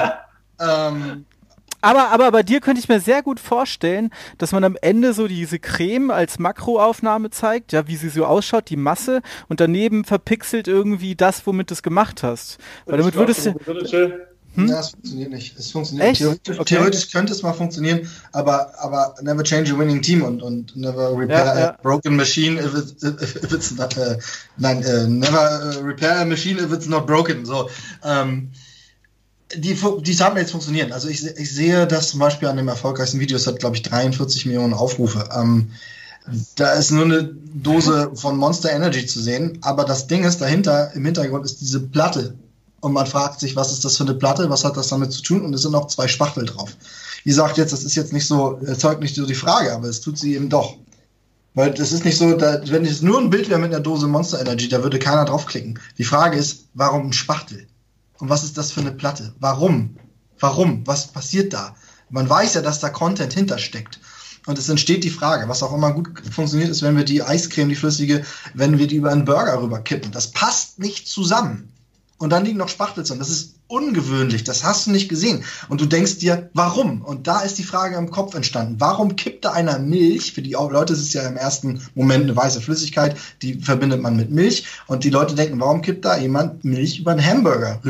Aber bei dir könnte ich mir sehr gut vorstellen, dass man am Ende so diese Creme als Makroaufnahme zeigt, ja, wie sie so ausschaut, die Masse, und daneben verpixelt irgendwie das, womit du es gemacht hast. Weil damit würdest du...
Ja, es funktioniert nicht. Es funktioniert theoretisch könnte es mal funktionieren, aber never change a winning team und never repair a broken machine if it's not never repair a machine if it's not broken. So, die haben jetzt funktionieren. Also ich sehe das zum Beispiel an dem erfolgreichsten Video, es hat, glaube ich, 43 Millionen Aufrufe. Da ist nur eine Dose von Monster Energy zu sehen, aber das Ding ist dahinter, im Hintergrund ist diese Platte. Und man fragt sich, was ist das für eine Platte, was hat das damit zu tun? Und es sind auch 2 Spachtel drauf. Ihr sagt jetzt, das ist jetzt nicht so, erzeugt nicht so die Frage, aber es tut sie eben doch. Weil das ist nicht so, wenn es nur ein Bild wäre mit einer Dose Monster Energy, da würde keiner draufklicken. Die Frage ist, warum ein Spachtel? Und was ist das für eine Platte? Warum? Was passiert da? Man weiß ja, dass da Content hintersteckt. Und es entsteht die Frage, was auch immer gut funktioniert ist, wenn wir die Eiscreme, die flüssige, wenn wir die über einen Burger rüberkippen. Das passt nicht zusammen. Und dann liegen noch Spachtel drin. Das ist ungewöhnlich. Das hast du nicht gesehen. Und du denkst dir, warum? Und da ist die Frage im Kopf entstanden. Warum kippt da einer Milch? Für die Leute ist es ja im ersten Moment eine weiße Flüssigkeit. Die verbindet man mit Milch. Und die Leute denken, warum kippt da jemand Milch über einen Hamburger rüber?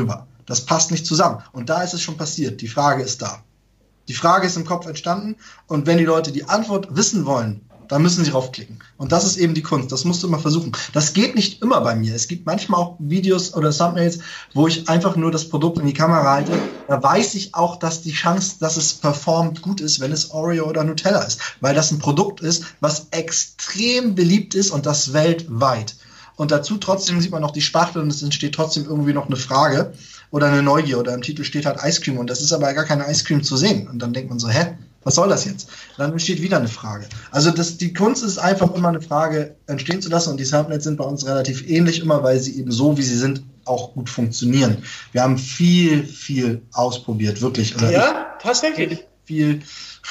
Das passt nicht zusammen. Und da ist es schon passiert. Die Frage ist da. Die Frage ist im Kopf entstanden und wenn die Leute die Antwort wissen wollen, dann müssen sie raufklicken. Und das ist eben die Kunst. Das musst du immer versuchen. Das geht nicht immer bei mir. Es gibt manchmal auch Videos oder Thumbnails, wo ich einfach nur das Produkt in die Kamera halte. Da weiß ich auch, dass die Chance, dass es performt, gut ist, wenn es Oreo oder Nutella ist. Weil das ein Produkt ist, was extrem beliebt ist und das weltweit. Und dazu trotzdem sieht man noch die Spachtel und es entsteht trotzdem irgendwie noch eine Frage oder eine Neugier. Oder im Titel steht halt Ice Cream und das ist aber gar keine Ice Cream zu sehen. Und dann denkt man so, was soll das jetzt? Dann entsteht wieder eine Frage. Also die Kunst ist einfach immer eine Frage entstehen zu lassen und die Thumbnails sind bei uns relativ ähnlich immer, weil sie eben so, wie sie sind, auch gut funktionieren. Wir haben viel ausprobiert, wirklich.
Oder tatsächlich.
Viel.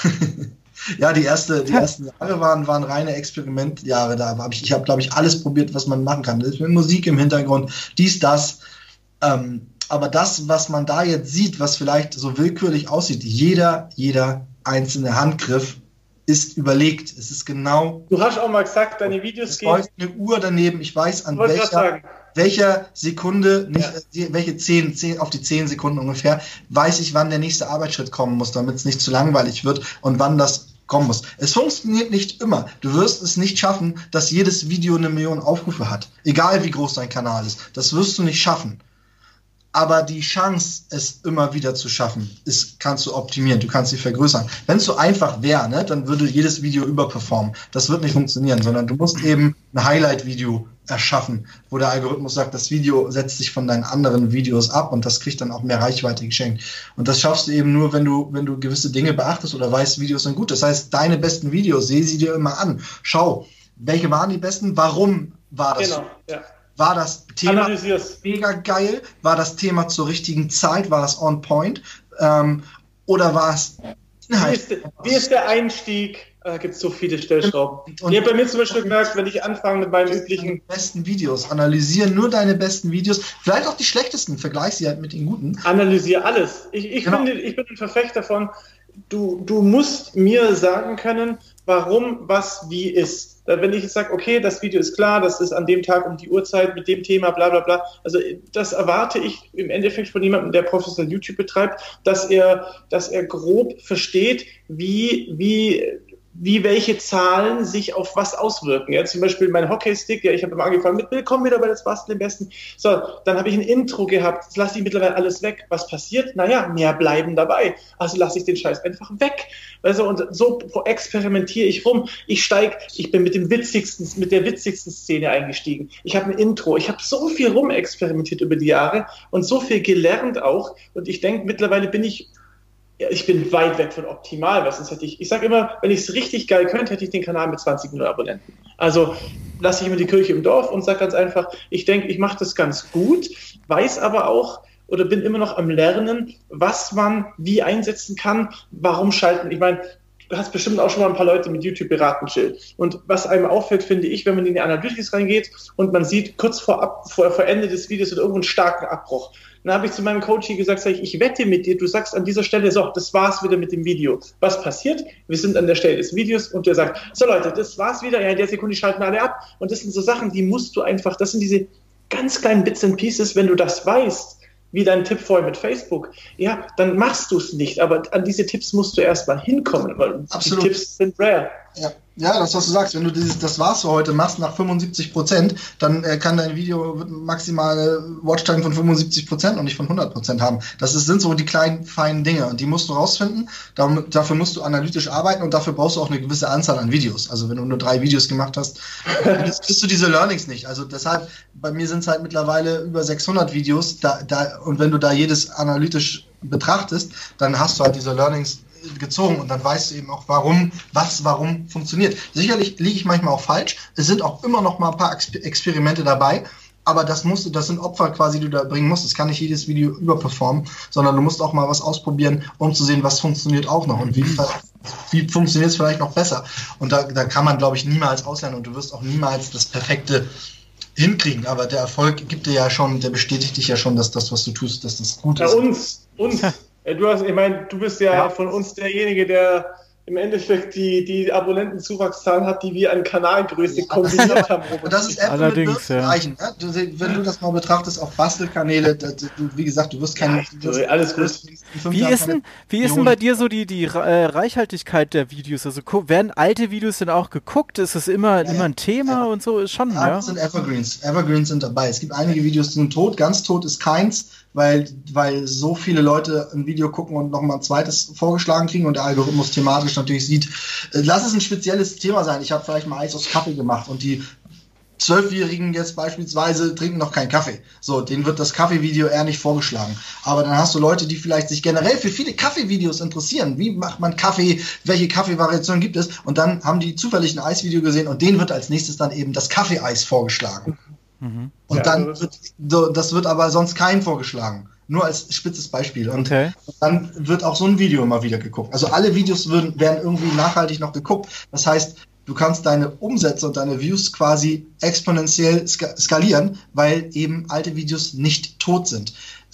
Ja, die ersten Jahre waren reine Experimentjahre. Ich habe, glaube ich, alles probiert, was man machen kann. Das ist mit Musik im Hintergrund, das. Aber das, was man da jetzt sieht, was vielleicht so willkürlich aussieht, jeder einzelne Handgriff ist überlegt. Es ist genau.
Du hast auch mal gesagt, deine Videos gehen.
Es läuft eine Uhr daneben. Ich weiß, an welcher Sekunde, welche 10 auf die 10 Sekunden ungefähr, weiß ich, wann der nächste Arbeitsschritt kommen muss, damit es nicht zu langweilig wird und wann das kommen muss. Es funktioniert nicht immer. Du wirst es nicht schaffen, dass jedes Video 1 Million Aufrufe hat. Egal wie groß dein Kanal ist. Das wirst du nicht schaffen. Aber die Chance, es immer wieder zu schaffen, kannst du optimieren, du kannst sie vergrößern. Wenn es so einfach wäre, ne, dann würde jedes Video überperformen. Das wird nicht funktionieren, sondern du musst eben ein Highlight-Video erschaffen, wo der Algorithmus sagt, das Video setzt sich von deinen anderen Videos ab und das kriegt dann auch mehr Reichweite geschenkt. Und das schaffst du eben nur, wenn du gewisse Dinge beachtest oder weißt, Videos sind gut. Das heißt, deine besten Videos, sehe sie dir immer an. Schau, welche waren die besten? Warum war das so? Ja. War das Thema mega geil? War das Thema zur richtigen Zeit? War das on point? Oder war es
Inhalt? Wie ist der Einstieg? Da gibt es so viele Stellschrauben. Ich habe bei mir zum Beispiel gemerkt, wenn ich anfange mit meinen üblichen
besten Videos, analysiere nur deine besten Videos, vielleicht auch die schlechtesten, vergleich sie halt mit den guten.
Analysiere alles. Ich bin ein Verfechter davon, du musst mir sagen können, warum was wie ist. Wenn ich jetzt sage, okay, das Video ist klar, das ist an dem Tag um die Uhrzeit mit dem Thema, bla bla bla. Also das erwarte ich im Endeffekt von jemandem, der professionell YouTube betreibt, dass er grob versteht, wie welche Zahlen sich auf was auswirken. Ja, zum Beispiel mein Hockeystick, ich habe immer angefangen mit Willkommen wieder bei das Basteln am besten. So, dann habe ich ein Intro gehabt, das lasse ich mittlerweile alles weg. Was passiert? Naja, mehr bleiben dabei. Also lasse ich den Scheiß einfach weg. Also, und so experimentiere ich rum. Ich bin mit der witzigsten Szene eingestiegen. Ich habe ein Intro. Ich habe so viel rumexperimentiert über die Jahre und so viel gelernt auch. Und ich denke, mittlerweile bin ich weit weg von optimal, weil sonst hätte ich sage immer, wenn ich es richtig geil könnte, hätte ich den Kanal mit 20 Millionen Abonnenten. Also lasse ich immer die Kirche im Dorf und sage ganz einfach, ich denke, ich mache das ganz gut, weiß aber auch oder bin immer noch am Lernen, was man wie einsetzen kann, warum schalten. Ich meine, du hast bestimmt auch schon mal ein paar Leute mit YouTube beraten, Jill. Und was einem auffällt, finde ich, wenn man in die Analytics reingeht und man sieht, kurz vor Ende des Videos wird irgendwo einen starken Abbruch. Dann habe ich zu meinem Coach hier gesagt, ich wette mit dir, du sagst an dieser Stelle, so, das war's wieder mit dem Video. Was passiert? Wir sind an der Stelle des Videos und der sagt, so Leute, das war's wieder, ja, in der Sekunde schalten alle ab. Und das sind so Sachen, die musst du einfach, das sind diese ganz kleinen Bits and Pieces, wenn du das weißt, wie dein Tipp vorher mit Facebook, ja, dann machst du es nicht. Aber an diese Tipps musst du erstmal hinkommen, weil
Absolut.
Die Tipps sind rare.
Ja, das, was du sagst, wenn du das war's für heute machst nach 75%, dann kann dein Video maximale Watchtime von 75% und nicht von 100% haben. Sind so die kleinen, feinen Dinge und die musst du rausfinden. Dafür musst du analytisch arbeiten und dafür brauchst du auch eine gewisse Anzahl an Videos. Also wenn du nur 3 Videos gemacht hast, kriegst du diese Learnings nicht. Also deshalb, bei mir sind es halt mittlerweile über 600 Videos und wenn du da jedes analytisch betrachtest, dann hast du halt diese Learnings gezogen und dann weißt du eben auch, warum funktioniert. Sicherlich liege ich manchmal auch falsch. Es sind auch immer noch mal ein paar Experimente dabei, aber das sind Opfer quasi, die du da bringen musst. Es kann nicht jedes Video überperformen, sondern du musst auch mal was ausprobieren, um zu sehen, was funktioniert auch noch und wie funktioniert es vielleicht noch besser. Und da kann man, glaube ich, niemals auslernen und du wirst auch niemals das perfekte hinkriegen, aber der Erfolg gibt dir ja schon, der bestätigt dich ja schon, dass das, was du tust, dass das gut ist.
Uns. Du bist ja von uns derjenige, der im Endeffekt die Abonnentenzuwachszahl hat, die wir an Kanalgröße kombiniert haben.
Und das ist Äpfel mit Birnen vergleichen. Ja? Wenn du das mal betrachtest auf Bastelkanäle, wie gesagt, du wirst keine...
alles gut.
Wie ist denn bei dir so die Reichhaltigkeit der Videos? Also werden alte Videos denn auch geguckt? Ist es immer ein Thema und so? Ist schon,
Das sind Evergreens. Evergreens sind dabei. Es gibt einige Videos, die sind tot. Ganz tot ist keins, weil so viele Leute ein Video gucken und nochmal ein zweites vorgeschlagen kriegen und der Algorithmus thematisch natürlich sieht, lass es ein spezielles Thema sein. Ich habe vielleicht mal Eis aus Kaffee gemacht und die 12-Jährigen jetzt beispielsweise trinken noch keinen Kaffee. So, denen wird das Kaffeevideo eher nicht vorgeschlagen. Aber dann hast du Leute, die vielleicht sich generell für viele Kaffeevideos interessieren. Wie macht man Kaffee? Welche Kaffeevariationen gibt es? Und dann haben die zufällig ein Eisvideo gesehen und denen wird als nächstes dann eben das Kaffeeeis vorgeschlagen. Mhm. Und dann das wird aber sonst keinem vorgeschlagen. Nur als spitzes Beispiel. Und dann wird auch so ein Video immer wieder geguckt. Also alle Videos werden irgendwie nachhaltig noch geguckt. Das heißt, du kannst deine Umsätze und deine Views quasi exponentiell skalieren, weil eben alte Videos nicht tot sind.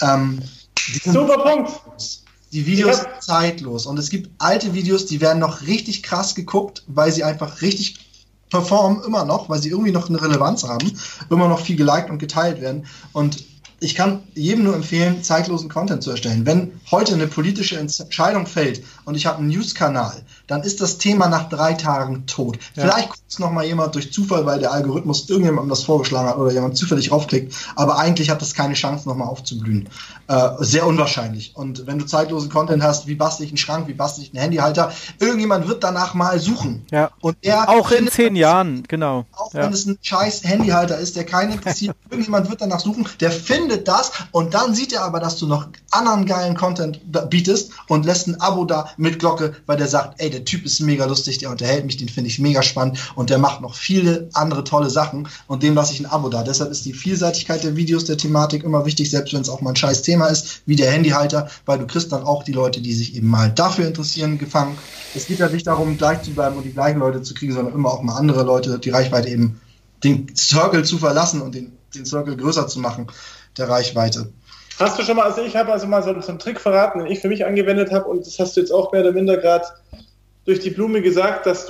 Super Punkt!
Die Videos sind zeitlos. Und es gibt alte Videos, die werden noch richtig krass geguckt, weil sie einfach richtig performen, immer noch, weil sie irgendwie noch eine Relevanz haben, immer noch viel geliked und geteilt werden. Und ich kann jedem nur empfehlen, zeitlosen Content zu erstellen. Wenn heute eine politische Entscheidung fällt und ich habe einen News-Kanal, dann ist das Thema nach 3 Tagen tot. Ja. Vielleicht guckt es nochmal jemand durch Zufall, weil der Algorithmus irgendjemandem das vorgeschlagen hat oder jemand zufällig raufklickt, aber eigentlich hat das keine Chance, nochmal aufzublühen. Sehr unwahrscheinlich. Und wenn du zeitlosen Content hast, wie bastel ich einen Schrank, wie bastel ich einen Handyhalter, irgendjemand wird danach mal suchen.
Ja.
Und er
auch in 10 Jahren, genau.
Auch wenn es ein scheiß Handyhalter ist, der keinen interessiert, irgendjemand wird danach suchen, der findet das und dann sieht er aber, dass du noch anderen geilen Content bietest und lässt ein Abo da mit Glocke, weil der sagt, ey, der Typ ist mega lustig, der unterhält mich, den finde ich mega spannend und der macht noch viele andere tolle Sachen und dem lasse ich ein Abo da. Deshalb ist die Vielseitigkeit der Videos, der Thematik immer wichtig, selbst wenn es auch mal ein scheiß Thema ist, wie der Handyhalter, weil du kriegst dann auch die Leute, die sich eben mal dafür interessieren, gefangen. Es geht ja nicht darum, gleich zu bleiben und die gleichen Leute zu kriegen, sondern immer auch mal andere Leute, die Reichweite eben, den Circle zu verlassen und den Circle größer zu machen, der Reichweite.
Hast du schon mal, also ich habe also mal so einen Trick verraten, den ich für mich angewendet habe und das hast du jetzt auch mehr oder minder gerade durch die Blume gesagt, dass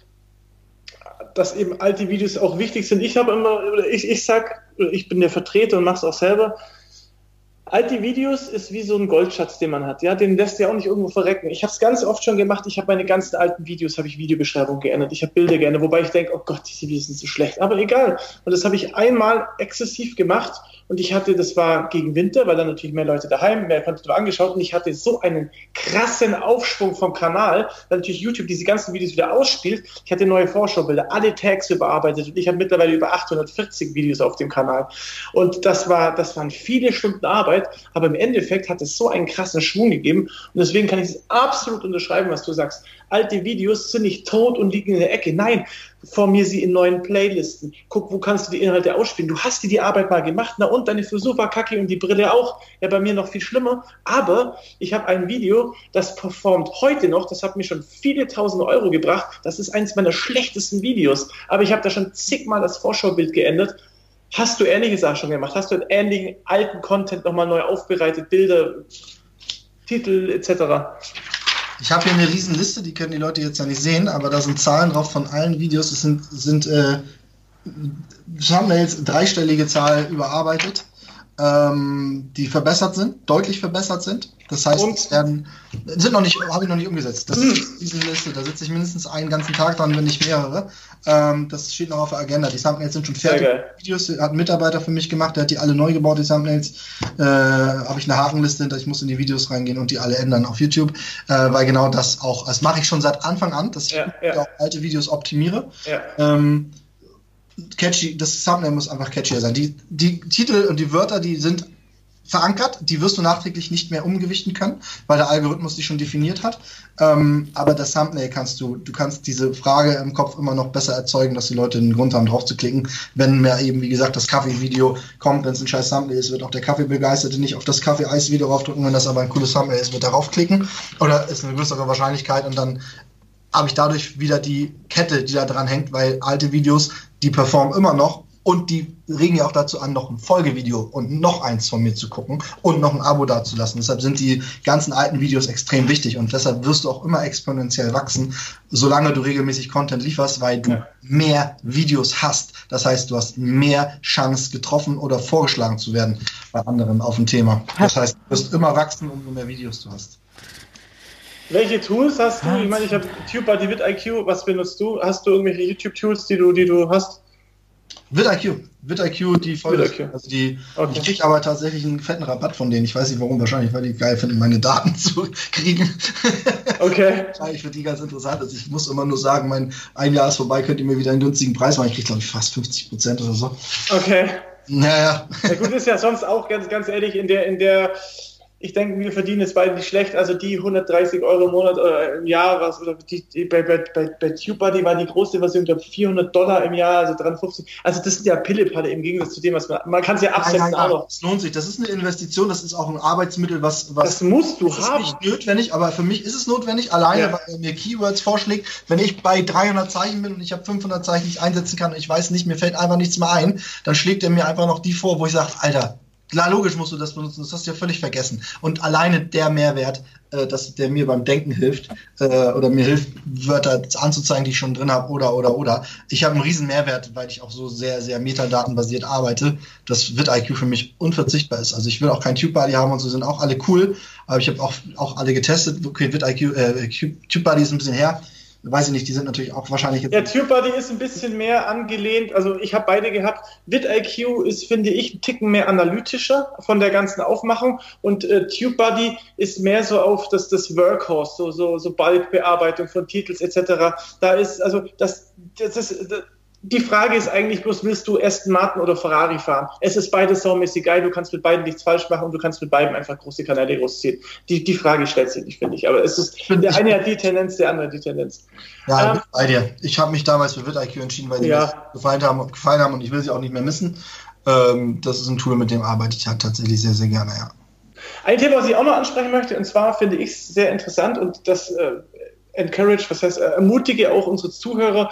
eben alte Videos auch wichtig sind. Ich habe immer, ich bin der Vertreter und mache es auch selber. Alte Videos ist wie so ein Goldschatz, den man hat. Ja, den lässt ja auch nicht irgendwo verrecken. Ich habe es ganz oft schon gemacht. Ich habe meine ganzen alten Videos, habe ich Videobeschreibungen geändert. Ich habe Bilder geändert, wobei ich denke, oh Gott, diese Videos sind so schlecht. Aber egal. Und das habe ich einmal exzessiv gemacht. Und das war gegen Winter, weil dann natürlich mehr Leute daheim, mehr Content angeschaut. Und ich hatte so einen krassen Aufschwung vom Kanal, weil natürlich YouTube diese ganzen Videos wieder ausspielt. Ich hatte neue Vorschaubilder, alle Tags überarbeitet. Und ich habe mittlerweile über 840 Videos auf dem Kanal. Und das waren viele Stunden Arbeit. Aber im Endeffekt hat es so einen krassen Schwung gegeben. Und deswegen kann ich es absolut unterschreiben, was du sagst. Alte Videos sind nicht tot und liegen in der Ecke. Nein, formier sie in neuen Playlisten. Guck, wo kannst du die Inhalte ausspielen. Du hast dir die Arbeit mal gemacht. Na und, deine Frisur war kacke und die Brille auch. Ja, bei mir noch viel schlimmer. Aber ich habe ein Video, das performt heute noch. Das hat mir schon viele tausend Euro gebracht. Das ist eines meiner schlechtesten Videos. Aber ich habe da schon zigmal das Vorschaubild geändert. Hast du ähnliche Sachen schon gemacht? Hast du einen ähnlichen alten Content nochmal neu aufbereitet? Bilder, Titel etc.?
Ich habe hier eine riesen Liste, die können die Leute jetzt ja nicht sehen, aber da sind Zahlen drauf von allen Videos. Es sind Thumbnails, 3-stellige Zahl überarbeitet, die verbessert sind, deutlich verbessert sind. Das heißt, habe ich noch nicht umgesetzt. Das ist diese Liste, da sitze ich mindestens einen ganzen Tag dran, wenn nicht mehrere. Das steht noch auf der Agenda. Die Thumbnails sind schon fertig. Videos hat ein Mitarbeiter für mich gemacht, der hat die alle neu gebaut, die Thumbnails. Habe ich eine Hakenliste hinter, ich muss in die Videos reingehen und die alle ändern auf YouTube, weil genau das mache ich schon seit Anfang an, dass ich auch alte Videos optimiere. Ja. Catchy, das Thumbnail muss einfach catchier sein. Die Titel und die Wörter, die sind verankert, die wirst du nachträglich nicht mehr umgewichten können, weil der Algorithmus die schon definiert hat. Aber das Thumbnail du kannst diese Frage im Kopf immer noch besser erzeugen, dass die Leute einen Grund haben, drauf zu klicken. Wenn mehr eben, wie gesagt, das Kaffee-Video kommt, wenn es ein scheiß Thumbnail ist, wird auch der Kaffeebegeisterte nicht auf das Kaffee-Eis-Video draufdrücken. Wenn das aber ein cooles Thumbnail ist, wird er raufklicken. Oder ist eine größere Wahrscheinlichkeit und dann habe ich dadurch wieder die Kette, die da dran hängt, weil alte Videos, die performen immer noch, Und die regen ja auch dazu an, noch ein Folgevideo und noch eins von mir zu gucken und noch ein Abo dazulassen. Deshalb sind die ganzen alten Videos extrem wichtig und deshalb wirst du auch immer exponentiell wachsen, solange du regelmäßig Content lieferst, weil du mehr Videos hast. Das heißt, du hast mehr Chance, getroffen oder vorgeschlagen zu werden bei anderen auf ein Thema. Das heißt, du wirst immer wachsen, umso mehr Videos du hast.
Welche Tools hast du? Ich meine, ich habe TubeBuddy, vidIQ. Was benutzt du? Hast du irgendwelche YouTube-Tools, die du hast?
vidIQ, die Folge. Also ich kriege aber tatsächlich einen fetten Rabatt von denen. Ich weiß nicht warum, wahrscheinlich, weil die geil finden, meine Daten zu kriegen.
Okay.
Wahrscheinlich für die ganz interessant. Also ich muss immer nur sagen, ein Jahr ist vorbei, könnt ihr mir wieder einen günstigen Preis machen. Ich kriege, glaube ich, fast 50% oder so.
Okay.
Naja.
Ja gut, ist ja sonst auch ganz ehrlich in der ich denke, wir verdienen jetzt beide nicht schlecht. Also die 130 € im Monat oder im Jahr, bei TubeBuddy war die große Version, glaube ich, $400 im Jahr, also 350. Also das ist ja Pillepalle im Gegensatz zu dem, was man kann es ja absetzen auch noch.
Das lohnt sich. Das ist eine Investition, das ist auch ein Arbeitsmittel, was
das musst du
das
haben.
Ist nicht notwendig, aber für mich ist es notwendig, alleine, weil er mir Keywords vorschlägt. Wenn ich bei 300 Zeichen bin und ich habe 500 Zeichen, die ich einsetzen kann und ich weiß nicht, mir fällt einfach nichts mehr ein, dann schlägt er mir einfach noch die vor, wo ich sage, Alter, klar, logisch musst du das benutzen, das hast du ja völlig vergessen. Und alleine der Mehrwert, dass der mir beim Denken hilft, oder mir hilft, Wörter anzuzeigen, die ich schon drin habe, oder. Ich habe einen riesen Mehrwert, weil ich auch so sehr, sehr metadatenbasiert arbeite, dass vidIQ für mich unverzichtbar ist. Also ich will auch kein TubeBuddy haben und so, sind auch alle cool, aber ich habe auch alle getestet. Okay, TubeBuddy ist ein bisschen her. Weiß ich nicht, die sind natürlich auch wahrscheinlich jetzt...
Ja, TubeBuddy ist ein bisschen mehr angelehnt, also ich habe beide gehabt. vidIQ ist, finde ich, ein Ticken mehr analytischer von der ganzen Aufmachung und TubeBuddy ist mehr so auf das Workhorse, so Bulkbearbeitung von Titels etc. Da ist, also die Frage ist eigentlich bloß, willst du Aston Martin oder Ferrari fahren? Es ist beides saumäßig geil, du kannst mit beiden nichts falsch machen und du kannst mit beiden einfach große Kanäle großziehen. Die Frage stellt sich nicht, finde ich. Aber es ist, der eine hat die Tendenz, der andere die Tendenz.
Ja, bei dir. Ich habe mich damals für vidIQ entschieden, weil die mir gefallen haben und ich will sie auch nicht mehr missen. Das ist ein Tool, mit dem arbeite ich halt tatsächlich sehr, sehr gerne, ja.
Ein Thema, was ich auch noch ansprechen möchte, und zwar finde ich es sehr interessant und das ermutige auch unsere Zuhörer,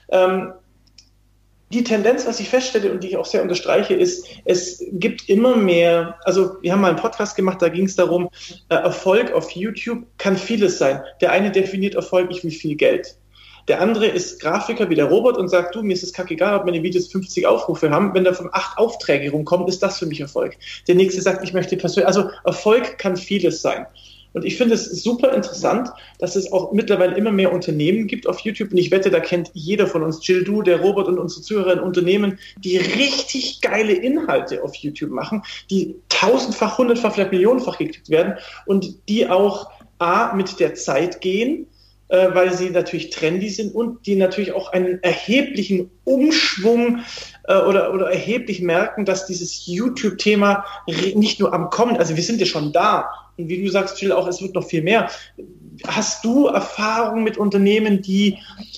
die Tendenz, was ich feststelle und die ich auch sehr unterstreiche, ist, es gibt immer mehr, also wir haben mal einen Podcast gemacht, da ging es darum, Erfolg auf YouTube kann vieles sein. Der eine definiert Erfolg, ich will viel Geld. Der andere ist Grafiker wie der Robert und sagt, du, mir ist es kackegal, ob meine Videos 50 Aufrufe haben. Wenn davon 8 Aufträge rumkommen, ist das für mich Erfolg. Der nächste sagt, ich möchte persönlich, also Erfolg kann vieles sein. Und ich finde es super interessant, dass es auch mittlerweile immer mehr Unternehmen gibt auf YouTube. Und ich wette, da kennt jeder von uns, Jill, du, der Robert und unsere Zuhörer in Unternehmen, die richtig geile Inhalte auf YouTube machen, die 1000-fach, 100-fach, vielleicht millionenfach geklickt werden und die auch mit der Zeit gehen, weil sie natürlich trendy sind und die natürlich auch einen erheblichen Umschwung oder erheblich merken, dass dieses YouTube-Thema nicht nur am Kommen, also wir sind ja schon da. Und wie du sagst, Jill, auch es wird noch viel mehr. Hast du Erfahrung mit Unternehmen, die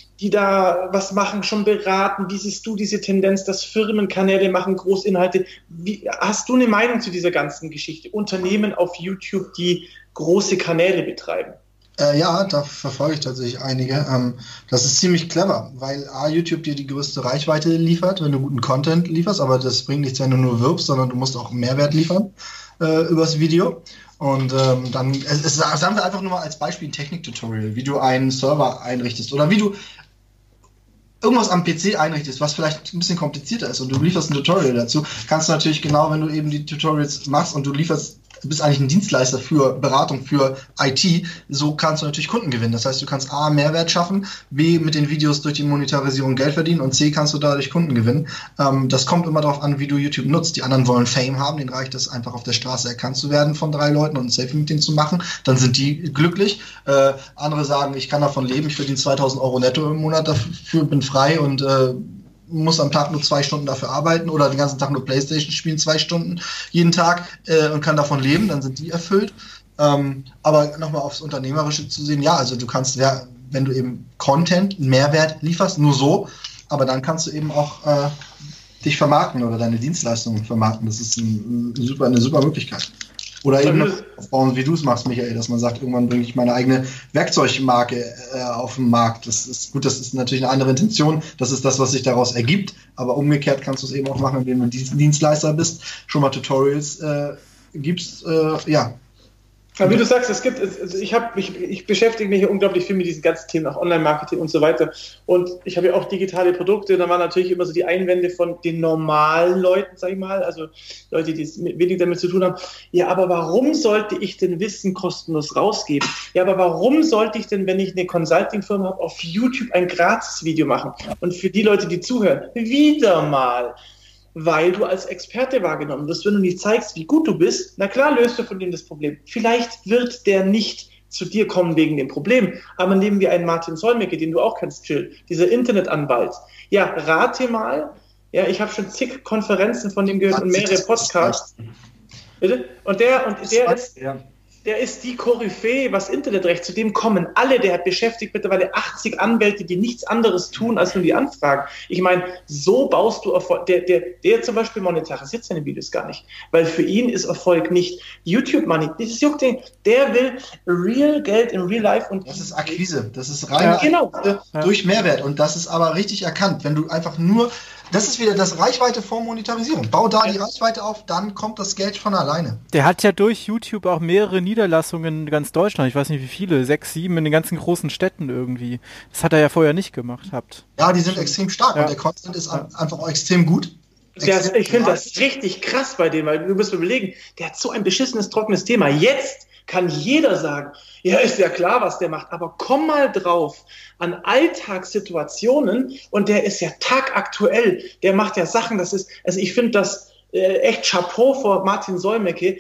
da was machen, schon beraten? Wie siehst du diese Tendenz, dass Firmenkanäle machen Großinhalte? Hast du eine Meinung zu dieser ganzen Geschichte? Unternehmen auf YouTube, die große Kanäle betreiben?
Ja, da verfolge ich tatsächlich einige. Das ist ziemlich clever, weil YouTube dir die größte Reichweite liefert, wenn du guten Content lieferst, aber das bringt nichts, wenn du nur wirbst, sondern du musst auch Mehrwert liefern übers Video. Und sagen wir einfach nur mal als Beispiel ein Technik-Tutorial, wie du einen Server einrichtest oder wie du irgendwas am PC einrichtest, was vielleicht ein bisschen komplizierter ist und du lieferst ein Tutorial dazu, kannst du natürlich genau, wenn du eben die Tutorials machst und du bist eigentlich ein Dienstleister für Beratung, für IT, so kannst du natürlich Kunden gewinnen. Das heißt, du kannst A, Mehrwert schaffen, B, mit den Videos durch die Monetarisierung Geld verdienen und C, kannst du dadurch Kunden gewinnen. Das kommt immer darauf an, wie du YouTube nutzt. Die anderen wollen Fame haben, denen reicht es einfach auf der Straße erkannt zu werden von 3 Leuten und ein Selfie mit denen zu machen. Dann sind die glücklich. Andere sagen, ich kann davon leben, ich verdiene 2.000 € netto im Monat dafür, bin frei und muss am Tag nur 2 Stunden dafür arbeiten oder den ganzen Tag nur Playstation spielen, 2 Stunden jeden Tag und kann davon leben, dann sind die erfüllt. Aber nochmal aufs Unternehmerische zu sehen, ja, also du kannst, wenn du eben Content, Mehrwert lieferst, nur so, aber dann kannst du eben auch dich vermarkten oder deine Dienstleistungen vermarkten. Das ist eine super Möglichkeit. Oder eben aufbauen, wie du es machst, Michael, dass man sagt, irgendwann bringe ich meine eigene Werkzeugmarke auf den Markt. Das ist gut, das ist natürlich eine andere Intention. Das ist das, was sich daraus ergibt. Aber umgekehrt kannst du es eben auch machen, indem du Dienstleister bist, schon mal Tutorials gibst, ja.
Aber wie du sagst, ich beschäftige mich hier unglaublich viel mit diesen ganzen Themen, auch Online-Marketing und so weiter. Und ich habe ja auch digitale Produkte. Da waren natürlich immer so die Einwände von den normalen Leuten, sag ich mal, also Leute, die wenig damit zu tun haben. Ja, aber warum sollte ich denn Wissen kostenlos rausgeben? Ja, aber warum sollte ich denn, wenn ich eine Consulting-Firma habe, auf YouTube ein Gratis-Video machen? Und für die Leute, die zuhören, wieder mal, weil du als Experte wahrgenommen wirst. Wenn du nicht zeigst, wie gut du bist, na klar löst du von dem das Problem. Vielleicht wird der nicht zu dir kommen wegen dem Problem, aber nehmen wir einen Martin Solmecke, den du auch kennst, Jill, dieser Internetanwalt. Ja, rate mal, ja, ich habe schon zig Konferenzen von dem gehört und mehrere Podcasts. Bitte? Und der ist die Koryphäe, was Internetrecht, zu dem kommen alle, der hat beschäftigt mittlerweile 80 Anwälte, die nichts anderes tun, als nur die Anfragen. Ich meine, so baust du Erfolg. Der zum Beispiel monetarisiert seine Videos gar nicht, weil für ihn ist Erfolg nicht YouTube-Money. Das juckt den. Der will real Geld in real life. Und
das ist Akquise, das ist reine Akquise durch Mehrwert und das ist aber richtig erkannt, wenn du einfach nur, das ist wieder das Reichweite vor Monetarisierung. Bau da die Reichweite auf, dann kommt das Geld von alleine.
Der hat ja durch YouTube auch mehrere Niederlassungen in ganz Deutschland. Ich weiß nicht wie viele, 6, 7 in den ganzen großen Städten irgendwie. Das hat er ja vorher nicht gemacht.
Ja, die sind extrem stark und der Content ist einfach auch extrem gut.
Ich finde das richtig krass bei dem, weil du musst mir überlegen, der hat so ein beschissenes, trockenes Thema. Jetzt kann jeder sagen, ja, ist ja klar, was der macht, aber komm mal drauf an Alltagssituationen und der ist ja tagaktuell, der macht ja Sachen, das ist, also ich finde das echt Chapeau vor Martin Solmecke,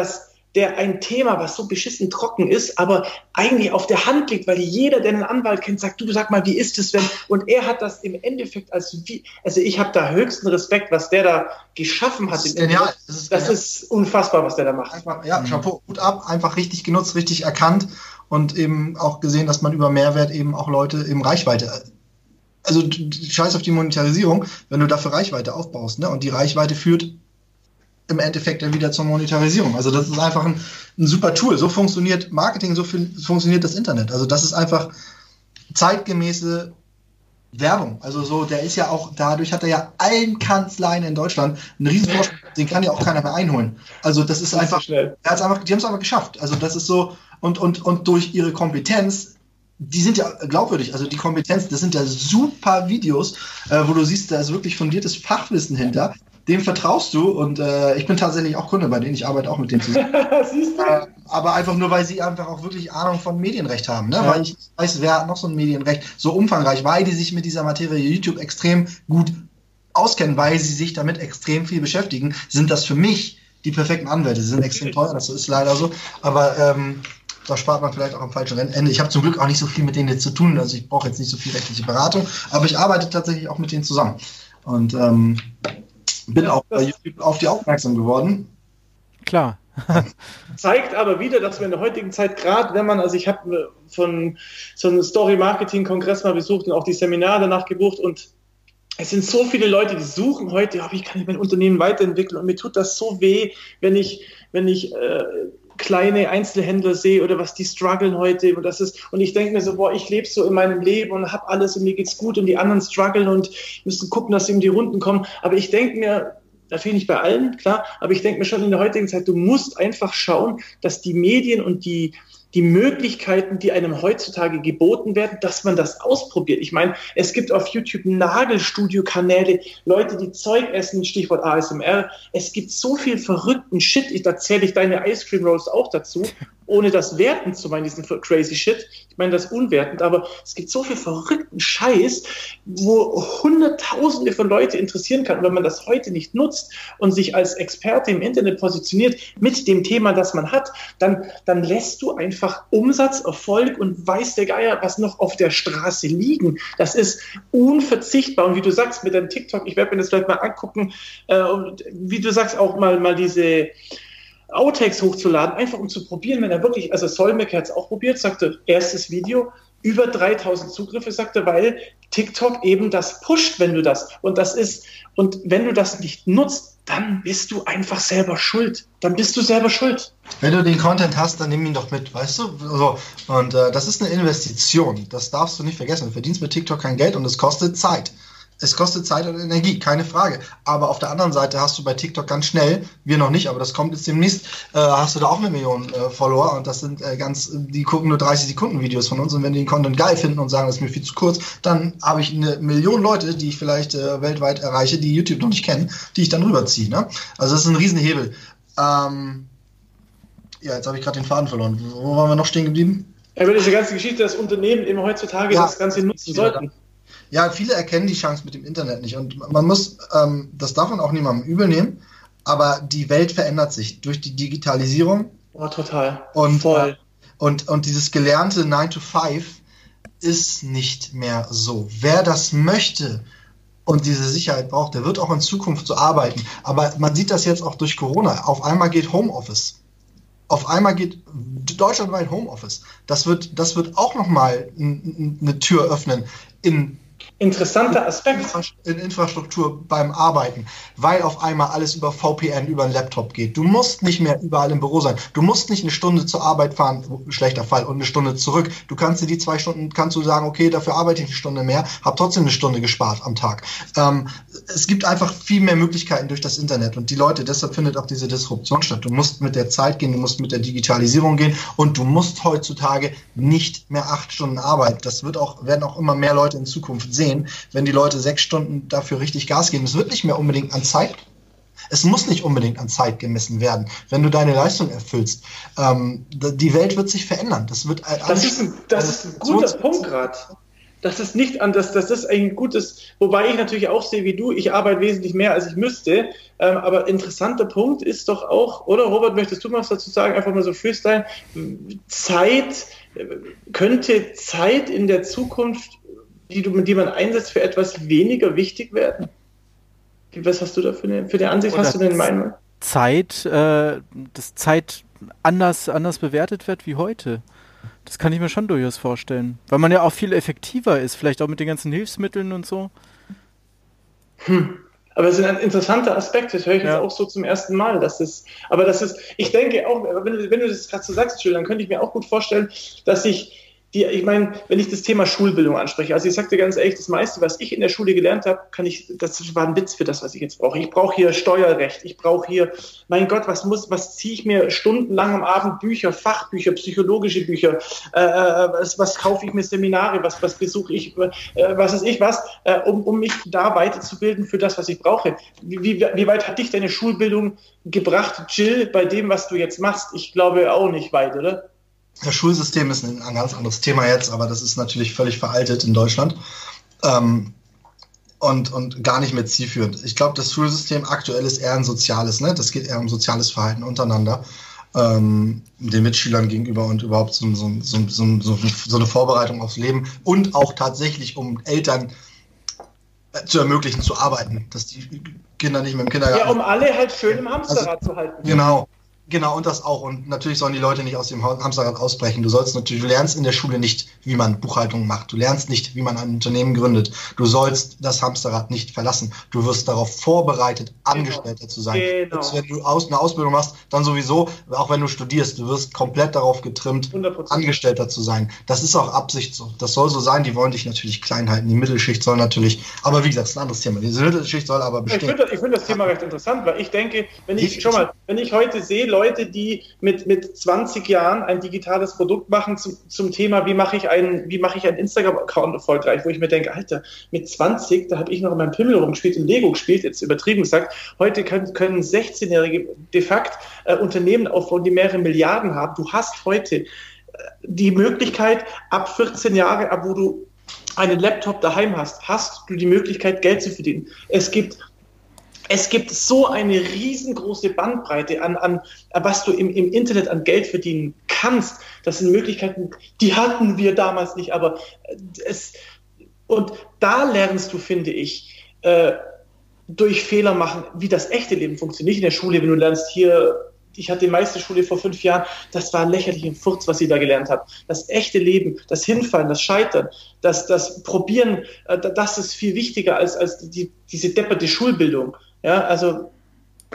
der ein Thema, was so beschissen trocken ist, aber eigentlich auf der Hand liegt, weil jeder, der einen Anwalt kennt, sagt, du sag mal, wie ist es, wenn, und er hat das im Endeffekt also ich habe da höchsten Respekt, was der da geschaffen hat.
Das ist genial.
Das ist unfassbar, was der da macht.
Einfach, ja, Chapeau, Hut ab, einfach richtig genutzt, richtig erkannt und eben auch gesehen, dass man über Mehrwert eben auch Leute eben Reichweite, also scheiß auf die Monetarisierung, wenn du dafür Reichweite aufbaust, ne, und die Reichweite führt im Endeffekt dann wieder zur Monetarisierung. Also das ist einfach ein super Tool. So funktioniert Marketing, so funktioniert das Internet. Also das ist einfach zeitgemäße Werbung. Also so, der ist ja auch, dadurch hat er ja allen Kanzleien in Deutschland einen riesen Vorsprung, den kann ja auch keiner mehr einholen. Also das ist einfach, die haben es einfach geschafft. Also das ist so, und durch ihre Kompetenz, die sind ja glaubwürdig, also die Kompetenz, das sind ja super Videos, wo du siehst, da ist wirklich fundiertes Fachwissen hinter. Dem vertraust du und ich bin tatsächlich auch Kunde bei denen, ich arbeite auch mit denen zusammen. Aber einfach nur, weil sie einfach auch wirklich Ahnung von Medienrecht haben, ne? Ja. Weil ich weiß, wer hat noch so ein Medienrecht so umfangreich, weil die sich mit dieser Materie YouTube extrem gut auskennen, weil sie sich damit extrem viel beschäftigen, sind das für mich die perfekten Anwälte. Sie sind extrem teuer, das ist leider so, aber da spart man vielleicht auch am falschen Ende. Ich habe zum Glück auch nicht so viel mit denen jetzt zu tun, also ich brauche jetzt nicht so viel rechtliche Beratung, aber ich arbeite tatsächlich auch mit denen zusammen und bin auch bei YouTube auf die aufmerksam geworden.
Klar.
Zeigt aber wieder, dass wir in der heutigen Zeit, gerade wenn man, also ich habe von so einem Story-Marketing-Kongress mal besucht und auch die Seminare danach gebucht und es sind so viele Leute, die suchen heute, wie kann ich mein Unternehmen weiterentwickeln und mir tut das so weh, wenn ich kleine Einzelhändler sehe oder was die strugglen heute und ich denke mir so, boah, ich lebe so in meinem Leben und habe alles und mir geht's gut und die anderen strugglen und müssen gucken, dass sie um die Runden kommen, aber ich denke mir, natürlich nicht bei allen, klar, aber ich denke mir schon in der heutigen Zeit, du musst einfach schauen, dass die Medien und die Möglichkeiten, die einem heutzutage geboten werden, dass man das ausprobiert. Ich meine, es gibt auf YouTube Nagelstudio-Kanäle, Leute, die Zeug essen, Stichwort ASMR. Es gibt so viel verrückten Shit, da zähle ich deine Ice Cream Rolls auch dazu, ohne das wertend zu meinen, diesen crazy Shit. Ich meine das unwertend, aber es gibt so viel verrückten Scheiß, wo Hunderttausende von Leuten interessieren kann. Und wenn man das heute nicht nutzt und sich als Experte im Internet positioniert mit dem Thema, das man hat, dann lässt du einfach Umsatz, Erfolg und weiß der Geier, was noch auf der Straße liegen. Das ist unverzichtbar. Und wie du sagst, mit deinem TikTok, ich werde mir das vielleicht mal angucken, und wie du sagst, auch mal diese Outtakes hochzuladen, einfach um zu probieren, wenn er wirklich, also Solmecke hat es auch probiert, sagte, erstes Video, über 3000 Zugriffe, sagte, weil TikTok eben das pusht, wenn du das, und wenn du das nicht nutzt, dann bist du einfach selber schuld. Dann bist du selber schuld.
Wenn du den Content hast, dann nimm ihn doch mit, weißt du? So. Und das ist eine Investition. Das darfst du nicht vergessen. Du verdienst mit TikTok kein Geld und es kostet Zeit. Es kostet Zeit und Energie, keine Frage. Aber auf der anderen Seite hast du bei TikTok ganz schnell, wir noch nicht, aber das kommt jetzt demnächst, hast du da auch 1 Million Follower und das sind die gucken nur 30 Sekunden Videos von uns und wenn die den Content geil finden und sagen, das ist mir viel zu kurz, dann habe ich 1 Million Leute, die ich vielleicht weltweit erreiche, die YouTube noch nicht kennen, die ich dann rüberziehe. Ne? Also das ist ein Riesenhebel. Ja, jetzt habe ich gerade den Faden verloren. Wo waren wir noch stehen geblieben?
Ja, über diese ganze Geschichte, dass Unternehmen immer heutzutage das Ganze nutzen sollten.
Ja, viele erkennen die Chance mit dem Internet nicht und man muss, das darf man auch niemandem übel nehmen, aber die Welt verändert sich durch die Digitalisierung.
Oh, total.
Und,
voll.
Und dieses gelernte 9 to 5 ist nicht mehr so. Wer das möchte und diese Sicherheit braucht, der wird auch in Zukunft so arbeiten. Aber man sieht das jetzt auch durch Corona. Auf einmal geht Homeoffice. Auf einmal geht deutschlandweit Homeoffice. Das wird auch nochmal eine Tür öffnen
interessanter Aspekt.
In Infrastruktur beim Arbeiten, weil auf einmal alles über VPN, über einen Laptop geht. Du musst nicht mehr überall im Büro sein. Du musst nicht 1 Stunde zur Arbeit fahren, schlechter Fall, und 1 Stunde zurück. Du kannst dir die 2 Stunden, kannst du sagen, okay, dafür arbeite ich 1 Stunde mehr, habe trotzdem 1 Stunde gespart am Tag. Es gibt einfach viel mehr Möglichkeiten durch das Internet und die Leute, deshalb findet auch diese Disruption statt. Du musst mit der Zeit gehen, du musst mit der Digitalisierung gehen und du musst heutzutage nicht mehr 8 Stunden arbeiten. Das werden auch immer mehr Leute in Zukunft sehen, wenn die Leute 6 Stunden dafür richtig Gas geben. Es wird nicht mehr unbedingt an Zeit. Es muss nicht unbedingt an Zeit gemessen werden, wenn du deine Leistung erfüllst. Die Welt wird sich verändern. Das ist ein
guter Punkt gerade. Das ist nicht anders, das ist ein gutes, wobei ich natürlich auch sehe wie du, ich arbeite wesentlich mehr, als ich müsste, aber interessanter Punkt ist doch auch, oder Robert, möchtest du mal was dazu sagen, einfach mal so Freestyle, könnte Zeit in der Zukunft, die man einsetzt, für etwas weniger wichtig werden? Was hast du da für eine Ansicht,
oder
hast du denn Meinung?
Dass Zeit anders bewertet wird wie heute. Das kann ich mir schon durchaus vorstellen. Weil man ja auch viel effektiver ist, vielleicht auch mit den ganzen Hilfsmitteln und so.
Aber es ist ein interessanter Aspekt, das höre ich jetzt auch so zum ersten Mal. Ich denke auch, wenn du das gerade so sagst, Jules, dann könnte ich mir auch gut vorstellen, dass ich meine, wenn ich das Thema Schulbildung anspreche, also ich sage dir ganz ehrlich, das meiste, was ich in der Schule gelernt habe, das war ein Witz für das, was ich jetzt brauche. Ich brauche hier Steuerrecht, ich brauche hier, mein Gott, was ziehe ich mir stundenlang am Abend Bücher, Fachbücher, psychologische Bücher, was kaufe ich mir Seminare, was besuche ich, was weiß ich was, um mich da weiterzubilden für das, was ich brauche. Wie weit hat dich deine Schulbildung gebracht, Jill, bei dem, was du jetzt machst? Ich glaube auch nicht weit, oder?
Das Schulsystem ist ein ganz anderes Thema jetzt, aber das ist natürlich völlig veraltet in Deutschland und gar nicht mehr zielführend. Ich glaube, das Schulsystem aktuell ist eher ein soziales, ne? Das geht eher um soziales Verhalten untereinander, den Mitschülern gegenüber und überhaupt so eine Vorbereitung aufs Leben und auch tatsächlich, um Eltern zu ermöglichen, zu arbeiten, dass die Kinder nicht mehr im Kindergarten...
Ja, um alle halt schön im Hamsterrad zu halten.
Genau, und das auch. Und natürlich sollen die Leute nicht aus dem Hamsterrad ausbrechen. Du lernst in der Schule nicht, wie man Buchhaltung macht. Du lernst nicht, wie man ein Unternehmen gründet. Du sollst das Hamsterrad nicht verlassen. Du wirst darauf vorbereitet, Angestellter zu sein.
Genau.
Wenn du eine Ausbildung machst, dann sowieso, auch wenn du studierst, du wirst komplett darauf getrimmt, 100%. Angestellter zu sein. Das ist auch Absicht so. Das soll so sein. Die wollen dich natürlich klein halten. Die Mittelschicht soll natürlich, aber wie gesagt, das ist ein anderes Thema. Diese Mittelschicht soll aber bestehen.
Ich finde das Thema recht interessant, weil ich denke, wenn ich heute sehe, Leute, die mit 20 Jahren ein digitales Produkt machen zum Thema, wie mache ich einen Instagram-Account erfolgreich, wo ich mir denke, Alter, mit 20, da habe ich noch in meinem Pimmel rumgespielt und Lego gespielt, jetzt übertrieben gesagt, heute können 16-Jährige de facto Unternehmen aufbauen, die mehrere Milliarden haben. Du hast heute die Möglichkeit, ab 14 Jahre, ab wo du einen Laptop daheim hast du die Möglichkeit, Geld zu verdienen. Es gibt so eine riesengroße Bandbreite an was du im Internet an Geld verdienen kannst. Das sind Möglichkeiten, die hatten wir damals nicht, aber und da lernst du, finde ich, durch Fehler machen, wie das echte Leben funktioniert. Nicht in der Schule, wenn du lernst hier, ich hatte die meiste Schule vor 5 Jahren, das war lächerlich im Furz, was ich da gelernt habe. Das echte Leben, das Hinfallen, das Scheitern, das Probieren, das ist viel wichtiger als diese depperte Schulbildung. Ja, also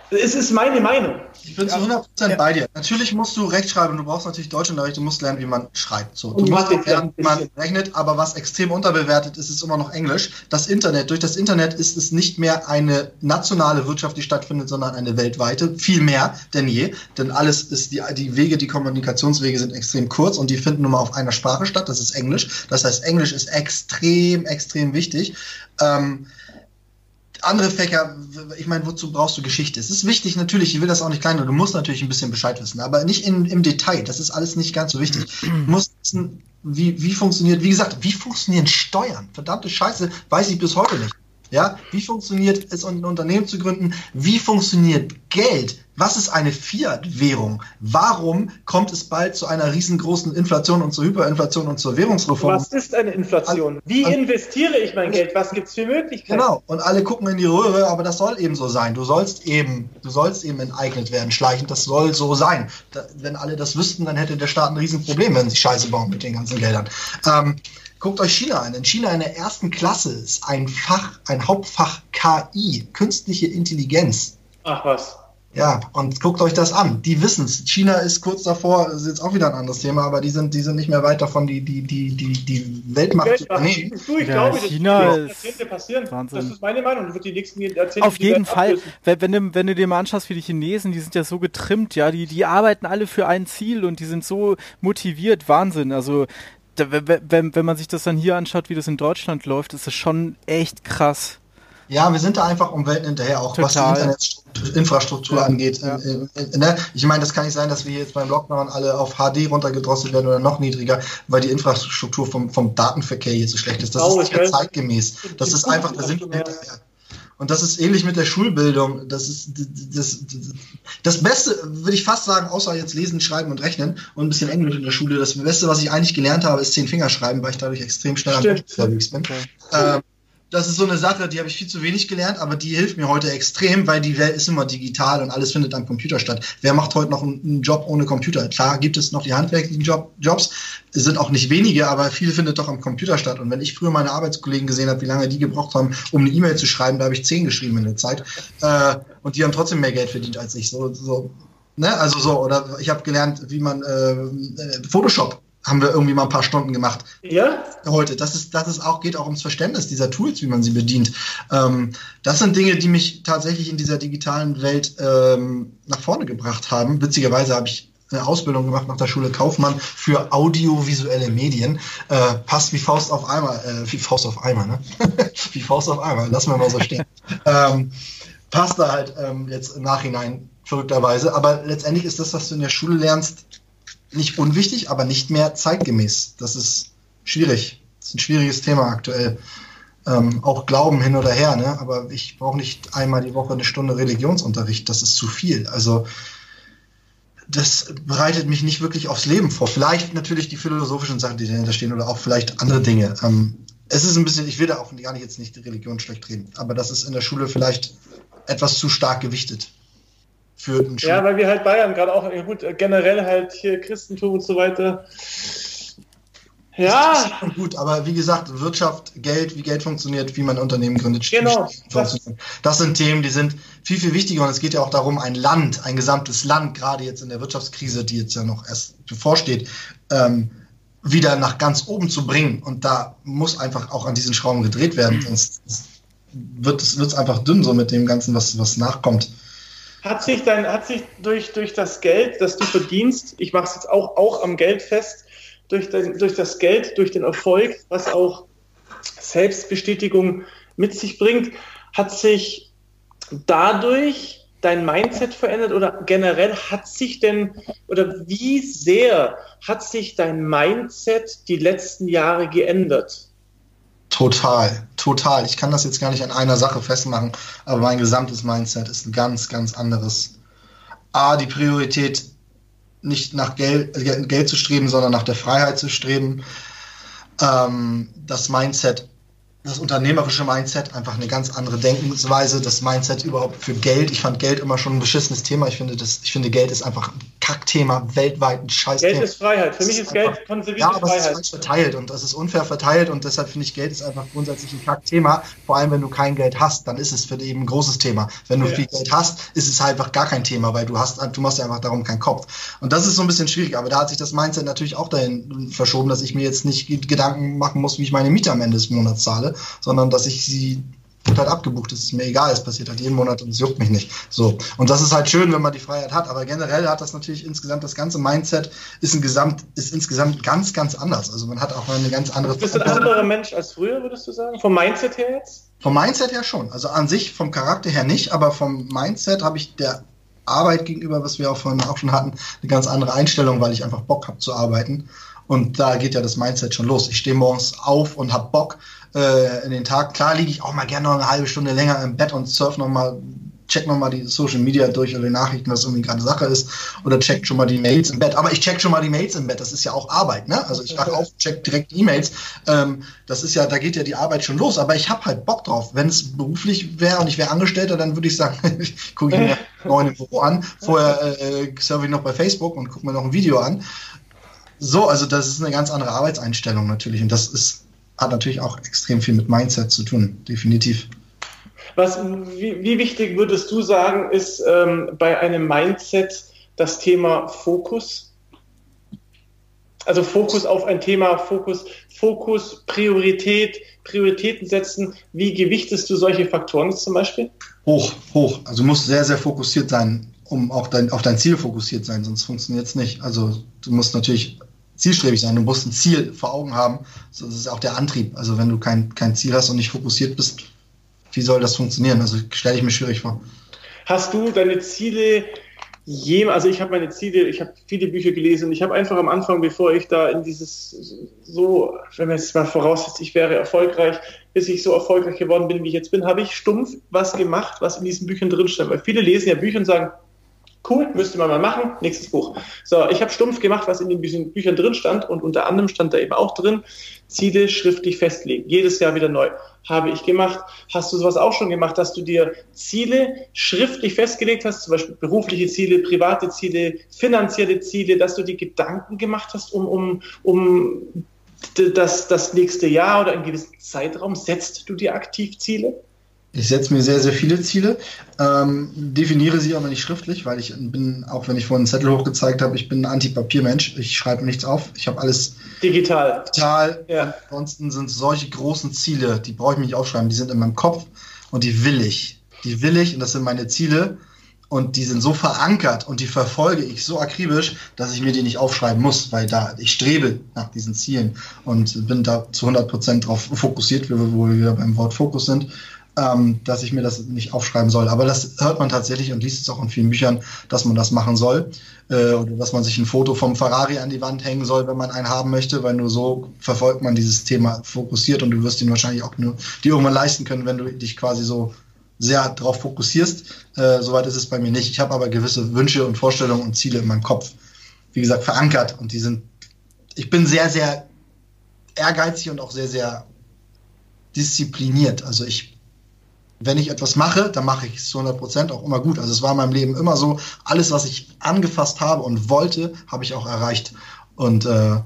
Es ist meine Meinung.
Ich bin zu 100% bei dir. Natürlich musst du Rechtschreibung, du brauchst natürlich Deutschunterricht, du musst lernen, wie man schreibt. So, du musst auch lernen, wie man rechnet, aber was extrem unterbewertet ist, ist immer noch Englisch. Durch das Internet ist es nicht mehr eine nationale Wirtschaft, die stattfindet, sondern eine weltweite, viel mehr denn je. Denn alles ist, die Wege, die Kommunikationswege sind extrem kurz und die finden nur mal auf einer Sprache statt, das ist Englisch. Das heißt, Englisch ist extrem, extrem wichtig. Andere Fächer, ich meine, wozu brauchst du Geschichte? Es ist wichtig, natürlich, ich will das auch nicht klein, du musst natürlich ein bisschen Bescheid wissen, aber nicht im Detail, das ist alles nicht ganz so wichtig. Du musst wissen, wie funktioniert, wie gesagt, wie funktionieren Steuern? Verdammte Scheiße, weiß ich bis heute nicht. Ja, wie funktioniert es, ein Unternehmen zu gründen? Wie funktioniert Geld? Was ist eine Fiat-Währung? Warum kommt es bald zu einer riesengroßen Inflation und zur Hyperinflation und zur Währungsreform?
Was ist eine Inflation? Wie investiere ich mein Geld? Was gibt es für Möglichkeiten?
Genau, und alle gucken in die Röhre, aber das soll eben so sein. Du sollst eben enteignet werden, schleichend, das soll so sein. Wenn alle das wüssten, dann hätte der Staat ein Riesenproblem, wenn sie Scheiße bauen mit den ganzen Geldern. Guckt euch China an. In China in der ersten Klasse ist ein Hauptfach KI, künstliche Intelligenz.
Ach was.
Ja, und guckt euch das an. Die wissen es. China ist kurz davor, das ist jetzt auch wieder ein anderes Thema, aber die sind nicht mehr weit davon, die Weltmacht zu übernehmen.
Ich glaube,
China
das wird passieren.
Wahnsinn.
Das ist meine Meinung. Das wird die nächsten Jahrzehnte.
Auf jeden Fall. Wenn du dir mal anschaust, wie die Chinesen, die sind ja so getrimmt, ja, die arbeiten alle für ein Ziel und die sind so motiviert. Wahnsinn. Also wenn man sich das dann hier anschaut, wie das in Deutschland läuft, ist das schon echt krass.
Ja, wir sind da einfach um Welten hinterher, auch total. Was die Internetinfrastruktur angeht. Ja. Ne? Ich meine, das kann nicht sein, dass wir jetzt beim Lockdown alle auf HD runtergedrosselt werden oder noch niedriger, weil die Infrastruktur vom Datenverkehr hier so schlecht ist. Das ist nicht mehr zeitgemäß. Das ist einfach, da sind wir hinterher. Und das ist ähnlich mit der Schulbildung. Das ist das Beste, würde ich fast sagen, außer jetzt Lesen, Schreiben und Rechnen und ein bisschen Englisch in der Schule. Das Beste, was ich eigentlich gelernt habe, ist 10 Fingerschreiben, weil ich dadurch extrem schnell am Computer unterwegs bin. Okay. Das ist so eine Sache, die habe ich viel zu wenig gelernt, aber die hilft mir heute extrem, weil die Welt ist immer digital und alles findet am Computer statt. Wer macht heute noch einen Job ohne Computer? Klar gibt es noch die handwerklichen Jobs, es sind auch nicht wenige, aber viel findet doch am Computer statt. Und wenn ich früher meine Arbeitskollegen gesehen habe, wie lange die gebraucht haben, um eine E-Mail zu schreiben, da habe ich 10 geschrieben in der Zeit. Und die haben trotzdem mehr Geld verdient als ich. Ne? Also so, oder ich habe gelernt, wie man Photoshop haben wir irgendwie mal ein paar Stunden gemacht.
Ja?
Heute. Das ist auch, geht auch ums Verständnis dieser Tools, wie man sie bedient. Das sind Dinge, die mich tatsächlich in dieser digitalen Welt nach vorne gebracht haben. Witzigerweise habe ich eine Ausbildung gemacht nach der Schule Kaufmann für audiovisuelle Medien. Passt wie Faust auf Eimer, ne? Wie Faust auf Eimer, lassen wir mal so stehen. Passt da halt jetzt im Nachhinein verrückterweise. Aber letztendlich ist das, was du in der Schule lernst, nicht unwichtig, aber nicht mehr zeitgemäß. Das ist schwierig. Das ist ein schwieriges Thema aktuell. Auch Glauben hin oder her, ne? Aber ich brauche nicht einmal die Woche eine Stunde Religionsunterricht. Das ist zu viel. Also das bereitet mich nicht wirklich aufs Leben vor. Vielleicht natürlich die philosophischen Sachen, die dahinter stehen, oder auch vielleicht andere Dinge. Es ist ein bisschen, ich will da auch gar nicht jetzt nicht die Religion schlecht reden, aber das ist in der Schule vielleicht etwas zu stark gewichtet.
Ja, weil wir halt Bayern gerade auch, gut, generell halt hier Christentum und so weiter. Ja.
Das ist gut, aber wie gesagt, Wirtschaft, Geld, wie Geld funktioniert, wie man Unternehmen gründet.
Genau.
Das sind Themen, die sind viel, viel wichtiger und es geht ja auch darum, ein gesamtes Land, gerade jetzt in der Wirtschaftskrise, die jetzt ja noch erst bevorsteht, wieder nach ganz oben zu bringen. Und da muss einfach auch an diesen Schrauben gedreht werden, sonst wird es einfach dünn so mit dem Ganzen, was nachkommt.
Hat sich durch das Geld, das du verdienst, ich mache es jetzt auch am Geld fest, durch das Geld, durch den Erfolg, was auch Selbstbestätigung mit sich bringt, hat sich dadurch dein Mindset verändert oder generell wie sehr hat sich dein Mindset die letzten Jahre geändert?
Total. Ich kann das jetzt gar nicht an einer Sache festmachen, aber mein gesamtes Mindset ist ein ganz, ganz anderes. Die Priorität, nicht nach Geld zu streben, sondern nach der Freiheit zu streben. Das Mindset, das unternehmerische Mindset, einfach eine ganz andere Denkensweise, das Mindset überhaupt für Geld. Ich fand Geld immer schon ein beschissenes Thema. Ich finde Geld ist einfach ein Kackthema, weltweit ein Scheißthema.
Geld ist Freiheit. Für mich ist Geld konservierte
Freiheit. Ja, aber
Freiheit.
es ist falsch verteilt und das ist unfair verteilt und deshalb finde ich, Geld ist einfach grundsätzlich ein Kackthema. Vor allem, wenn du kein Geld hast, dann ist es für dich eben ein großes Thema. Wenn du viel Geld hast, ist es halt einfach gar kein Thema, weil du machst ja einfach darum keinen Kopf. Und das ist so ein bisschen schwierig, aber da hat sich das Mindset natürlich auch dahin verschoben, dass ich mir jetzt nicht Gedanken machen muss, wie ich meine Miete am Ende des Monats zahle, sondern dass ich sie halt abgebucht ist. Ist mir egal, es passiert halt jeden Monat und es juckt mich nicht. So. Und das ist halt schön, wenn man die Freiheit hat, aber generell hat das natürlich insgesamt, das ganze Mindset ist insgesamt ganz, ganz anders. Also man hat auch eine ganz andere...
Bist du ein anderer Mensch als früher, würdest du sagen? Vom Mindset her jetzt?
Vom Mindset her schon. Also an sich, vom Charakter her nicht, aber vom Mindset habe ich der Arbeit gegenüber, was wir auch vorhin auch schon hatten, eine ganz andere Einstellung, weil ich einfach Bock habe zu arbeiten. Und da geht ja das Mindset schon los. Ich stehe morgens auf und habe Bock in den Tag. Klar liege ich auch mal gerne noch eine halbe Stunde länger im Bett und check nochmal die Social Media durch oder die Nachrichten, was irgendwie gerade Sache ist. Oder check schon mal die Mails im Bett. Aber ich check schon mal die Mails im Bett. Das ist ja auch Arbeit, ne? Also ich wache auf, check direkt E-Mails. Das ist ja, da geht ja die Arbeit schon los. Aber ich habe halt Bock drauf. Wenn es beruflich wäre und ich wäre Angestellter, dann würde ich sagen, gucke ich mir 9 im Büro an. Vorher surfe ich noch bei Facebook und gucke mir noch ein Video an. So, also das ist eine ganz andere Arbeitseinstellung natürlich und das hat natürlich auch extrem viel mit Mindset zu tun, definitiv.
Wie wichtig würdest du sagen, ist bei einem Mindset das Thema Fokus? Also Fokus auf ein Thema, Fokus, Prioritäten setzen. Wie gewichtest du solche Faktoren zum Beispiel?
Hoch. Also du musst sehr, sehr fokussiert sein, um auch auf dein Ziel fokussiert sein, sonst funktioniert es nicht. Also du musst natürlich zielstrebig sein, du musst ein Ziel vor Augen haben. Das ist auch der Antrieb. Also wenn du kein Ziel hast und nicht fokussiert bist, wie soll das funktionieren? Also stelle ich mir schwierig vor.
Hast du deine Ziele also ich habe meine Ziele, ich habe viele Bücher gelesen und ich habe einfach am Anfang, bevor ich da in wenn man jetzt mal voraussetzt, ich wäre erfolgreich, bis ich so erfolgreich geworden bin, wie ich jetzt bin, habe ich stumpf was gemacht, was in diesen Büchern drinsteht. Weil viele lesen ja Bücher und sagen, cool, müsste man mal machen, nächstes Buch. So, ich habe stumpf gemacht, was in den Büchern drin stand und unter anderem stand da eben auch drin, Ziele schriftlich festlegen, jedes Jahr wieder neu. Habe ich gemacht. Hast du sowas auch schon gemacht, dass du dir Ziele schriftlich festgelegt hast, zum Beispiel berufliche Ziele, private Ziele, finanzielle Ziele, dass du dir Gedanken gemacht hast, um das nächste Jahr oder einen gewissen Zeitraum, setzt du dir aktiv Ziele?
Ich setze mir sehr, sehr viele Ziele, definiere sie aber nicht schriftlich, weil ich bin, auch wenn ich vorhin einen Zettel hochgezeigt habe, ich bin ein Anti-Papier-Mensch. Ich schreibe nichts auf. Ich habe alles digital. Ja. Ansonsten sind solche großen Ziele, die brauche ich mir nicht aufschreiben, die sind in meinem Kopf und die will ich. Und das sind meine Ziele und die sind so verankert und die verfolge ich so akribisch, dass ich mir die nicht aufschreiben muss, weil ich strebe nach diesen Zielen und bin da zu 100% drauf fokussiert, wo wir beim Wort Fokus sind. Dass ich mir das nicht aufschreiben soll. Aber das hört man tatsächlich und liest es auch in vielen Büchern, dass man das machen soll. Oder dass man sich ein Foto vom Ferrari an die Wand hängen soll, wenn man einen haben möchte, weil nur so verfolgt man dieses Thema fokussiert und du wirst ihn wahrscheinlich auch nur dir irgendwann leisten können, wenn du dich quasi so sehr darauf fokussierst. Soweit ist es bei mir nicht. Ich habe aber gewisse Wünsche und Vorstellungen und Ziele in meinem Kopf, wie gesagt, verankert und ich bin sehr, sehr ehrgeizig und auch sehr, sehr diszipliniert. Also wenn ich etwas mache, dann mache ich es zu 100% auch immer gut. Also es war in meinem Leben immer so, alles, was ich angefasst habe und wollte, habe ich auch erreicht. Und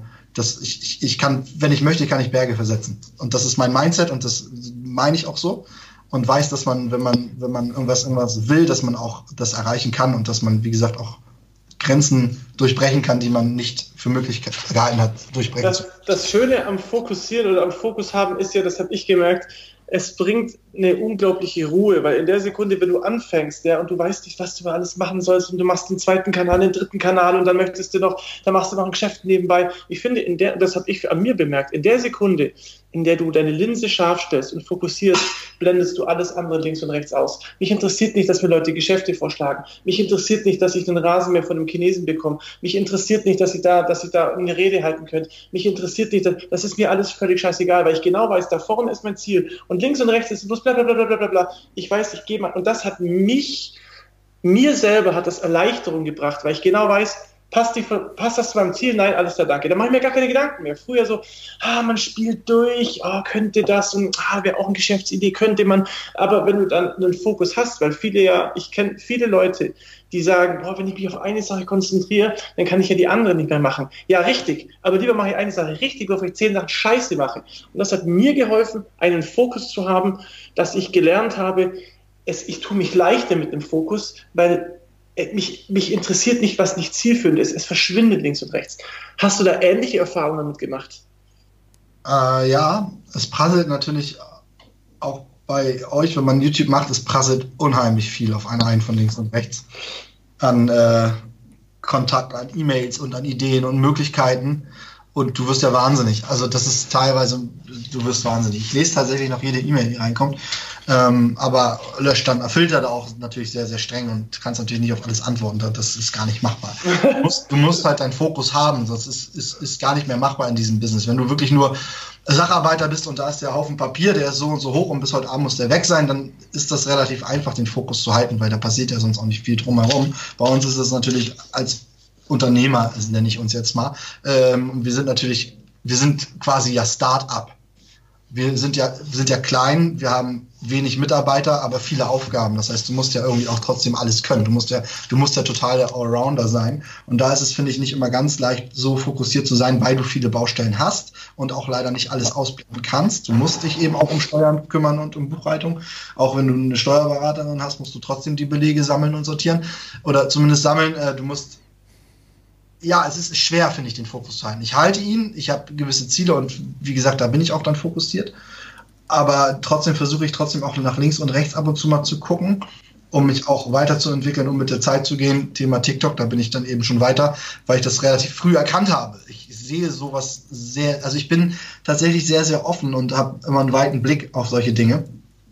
ich kann, wenn ich möchte, kann ich Berge versetzen. Und das ist mein Mindset und das meine ich auch so. Und weiß, dass man, wenn man irgendwas will, dass man auch das erreichen kann und dass man, wie gesagt, auch Grenzen durchbrechen kann, die man nicht für möglich gehalten hat, durchbrechen zu können.
Das Schöne am Fokussieren oder am Fokus haben ist ja, das habe ich gemerkt, es bringt eine unglaubliche Ruhe, weil in der Sekunde, wenn du anfängst, und du weißt nicht, was du alles machen sollst und du machst den zweiten Kanal, den dritten Kanal und dann machst du noch ein Geschäft nebenbei. Ich finde, das habe ich an mir bemerkt, in der Sekunde, in der du deine Linse scharf stellst und fokussierst, blendest du alles andere links und rechts aus. Mich interessiert nicht, dass mir Leute Geschäfte vorschlagen. Mich interessiert nicht, dass ich den Rasenmäher von einem Chinesen bekomme. Mich interessiert nicht, dass ich da eine Rede halten könnte. Mich interessiert nicht, das ist mir alles völlig scheißegal, weil ich genau weiß, da vorne ist mein Ziel und links und rechts ist bloß bla bla bla bla bla bla. Ich weiß, ich gehe mal. Und das hat mir selber hat das Erleichterung gebracht, weil ich genau weiß, passt das zu meinem Ziel? Nein, alles klar, danke. Da mache ich mir gar keine Gedanken mehr. Früher so, man spielt durch, könnte das und wäre auch eine Geschäftsidee, könnte man. Aber wenn du dann einen Fokus hast, weil ich kenne viele Leute, die sagen, wenn ich mich auf eine Sache konzentriere, dann kann ich ja die andere nicht mehr machen. Ja, richtig, aber lieber mache ich eine Sache richtig, bevor ich 10 Sachen Scheiße mache. Und das hat mir geholfen, einen Fokus zu haben, dass ich gelernt habe, ich tue mich leichter mit dem Fokus, weil mich interessiert nicht, was nicht zielführend ist. Es verschwindet links und rechts. Hast du da ähnliche Erfahrungen damit gemacht?
Ja, es prasselt natürlich auch bei euch, wenn man YouTube macht, es prasselt unheimlich viel auf einen ein von links und rechts an Kontakt, an E-Mails und an Ideen und Möglichkeiten und du wirst ja wahnsinnig. Also das ist teilweise, du wirst wahnsinnig. Ich lese tatsächlich noch jede E-Mail, die reinkommt, aber löscht dann, filtert auch natürlich sehr, sehr streng und kannst natürlich nicht auf alles antworten. Das ist gar nicht machbar. Du musst halt deinen Fokus haben, sonst ist gar nicht mehr machbar in diesem Business. Wenn du wirklich nur Sacharbeiter bist und da ist der Haufen Papier, der ist so und so hoch und bis heute Abend muss der weg sein, dann ist das relativ einfach, den Fokus zu halten, weil da passiert ja sonst auch nicht viel drumherum. Bei uns ist es natürlich als Unternehmer, das nenne ich uns jetzt mal, wir sind quasi ja Start-up. Wir sind ja klein, wir haben wenig Mitarbeiter, aber viele Aufgaben. Das heißt, du musst ja irgendwie auch trotzdem alles können. Du musst ja total der Allrounder sein. Und da ist es, finde ich, nicht immer ganz leicht, so fokussiert zu sein, weil du viele Baustellen hast und auch leider nicht alles ausblenden kannst. Du musst dich eben auch um Steuern kümmern und um Buchhaltung. Auch wenn du eine Steuerberaterin hast, musst du trotzdem die Belege sammeln und sortieren. Oder zumindest sammeln. Es ist schwer, finde ich, den Fokus zu halten. Ich halte ihn, ich habe gewisse Ziele und wie gesagt, da bin ich auch dann fokussiert. Aber trotzdem versuche ich auch nach links und rechts ab und zu mal zu gucken, um mich auch weiterzuentwickeln, um mit der Zeit zu gehen. Thema TikTok, da bin ich dann eben schon weiter, weil ich das relativ früh erkannt habe. Ich sehe sowas ich bin tatsächlich sehr, sehr offen und habe immer einen weiten Blick auf solche Dinge.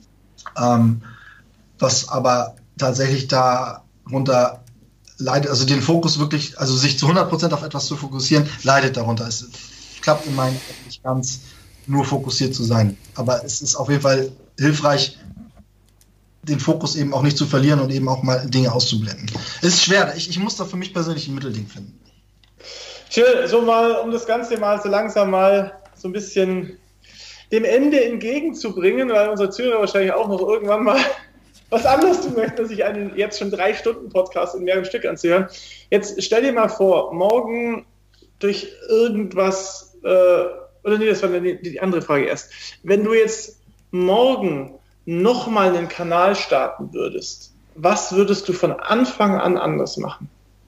Was aber tatsächlich darunter leidet, also den Fokus wirklich, also sich zu 100% auf etwas zu fokussieren, leidet darunter. Es klappt in meinen Augen nicht ganz, nur fokussiert zu sein. Aber es ist auf jeden Fall hilfreich, den Fokus eben auch nicht zu verlieren und eben auch mal Dinge auszublenden. Es ist schwer. Ich muss da für mich persönlich ein Mittelding finden.
Schön, so mal, um das Ganze mal so langsam mal so ein bisschen dem Ende entgegenzubringen, weil unsere Zuhörer wahrscheinlich auch noch irgendwann mal was anderes tun möchten, als sich einen jetzt schon 3-Stunden-Podcast in mehreren Stück anzuhören. Jetzt stell dir mal vor, morgen durch irgendwas, das war die andere Frage erst. Wenn du jetzt morgen nochmal einen Kanal starten würdest, was würdest du von Anfang an anders machen?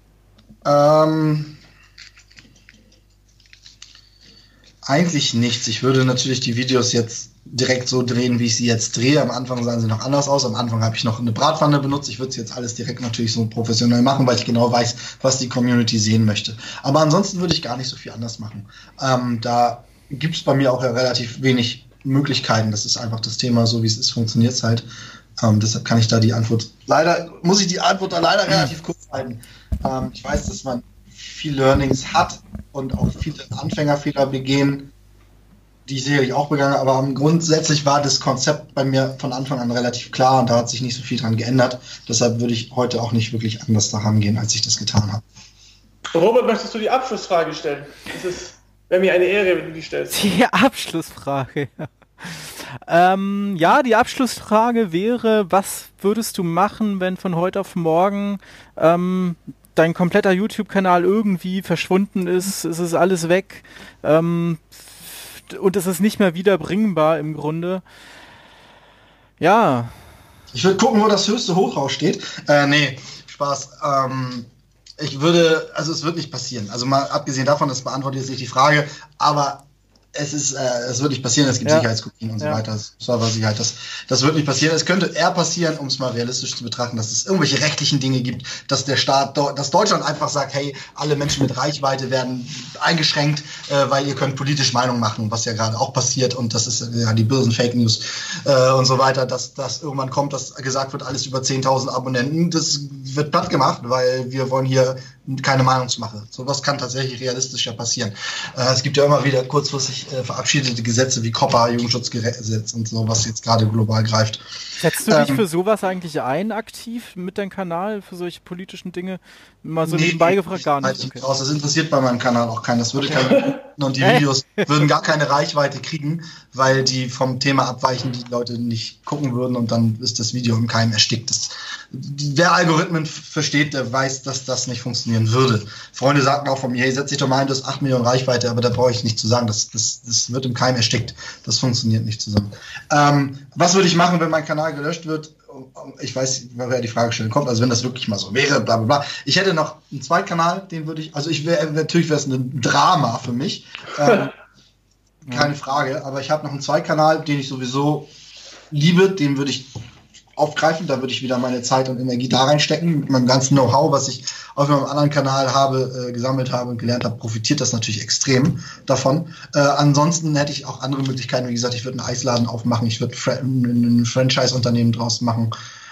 Eigentlich nichts. Ich würde natürlich die Videos jetzt direkt so drehen, wie ich sie jetzt drehe. Am Anfang sahen sie noch anders aus. Am Anfang habe ich noch eine Bratpfanne benutzt. Ich würde es jetzt alles direkt natürlich so professionell machen, weil ich genau weiß, was die Community sehen möchte. Aber ansonsten würde ich gar nicht so viel anders machen. Da gibt es bei mir auch ja relativ wenig Möglichkeiten. Das ist einfach das Thema, so wie es ist, funktioniert es halt. Deshalb kann ich da muss ich die Antwort da leider relativ kurz halten. Ich weiß, dass man viel Learnings hat und auch viele Anfängerfehler begehen, die ich sicherlich auch begangen, aber grundsätzlich war das Konzept bei mir von Anfang an relativ klar und da hat sich nicht so viel dran geändert. Deshalb würde ich heute auch nicht wirklich anders daran gehen, als ich das getan habe.
Robert, möchtest du die Abschlussfrage stellen? Wäre mir eine Ehre, wenn du die stellst.
Die Abschlussfrage. Die Abschlussfrage wäre, was würdest du machen, wenn von heute auf morgen dein kompletter YouTube-Kanal irgendwie verschwunden ist, es ist alles weg und es ist nicht mehr wiederbringbar im Grunde. Ja.
Ich würde gucken, wo das höchste Hoch steht. Nee, Spaß. Es wird nicht passieren. Also mal abgesehen davon, das beantwortet jetzt nicht die Frage, aber es wird nicht passieren, es gibt Sicherheitskopien und so weiter, Serversicherheit, das wird nicht passieren. Es könnte eher passieren, um es mal realistisch zu betrachten, dass es irgendwelche rechtlichen Dinge gibt, dass der Staat, dass Deutschland einfach sagt, hey, alle Menschen mit Reichweite werden eingeschränkt, weil ihr könnt politisch Meinung machen, was ja gerade auch passiert und das ist ja die bösen Fake News und so weiter, dass irgendwann kommt, dass gesagt wird, alles über 10.000 Abonnenten, das wird platt gemacht, weil wir wollen hier keine Meinungsmache. Sowas kann tatsächlich realistischer passieren. Es gibt ja immer wieder kurzfristig verabschiedete Gesetze wie COPPA, Jugendschutzgesetz und so, was jetzt gerade global greift.
Setzt du dich für sowas eigentlich ein, aktiv mit deinem Kanal, für solche politischen Dinge? Mal so nebenbei gefragt, gar nicht.
Okay. Das interessiert bei meinem Kanal auch keinen. Das würde keinen. Und die Videos würden gar keine Reichweite kriegen, weil die vom Thema abweichen, die Leute nicht gucken würden und dann ist das Video im Keim erstickt. Wer Algorithmen versteht, der weiß, dass das nicht funktionieren würde. Freunde sagten auch von mir, hey, setz dich doch mal ein, du hast 8 Millionen Reichweite, aber da brauche ich nicht zu sagen, das wird im Keim erstickt. Das funktioniert nicht zusammen. Was würde ich machen, wenn mein Kanal gelöscht wird? Ich weiß, woher die Fragestellung kommt, also wenn das wirklich mal so wäre, bla bla bla. Ich hätte noch einen Zweitkanal, den würde ich, also natürlich wäre es ein Drama für mich, keine Frage, aber ich habe noch einen Zweitkanal, den ich sowieso liebe, den würde ich aufgreifen, da würde ich wieder meine Zeit und Energie da reinstecken, mit meinem ganzen Know-how, was ich auf meinem anderen Kanal gesammelt habe und gelernt habe, profitiert das natürlich extrem davon. Ansonsten hätte ich auch andere Möglichkeiten, wie gesagt, ich würde einen Eisladen aufmachen, ich würde ein Franchise-Unternehmen draus machen,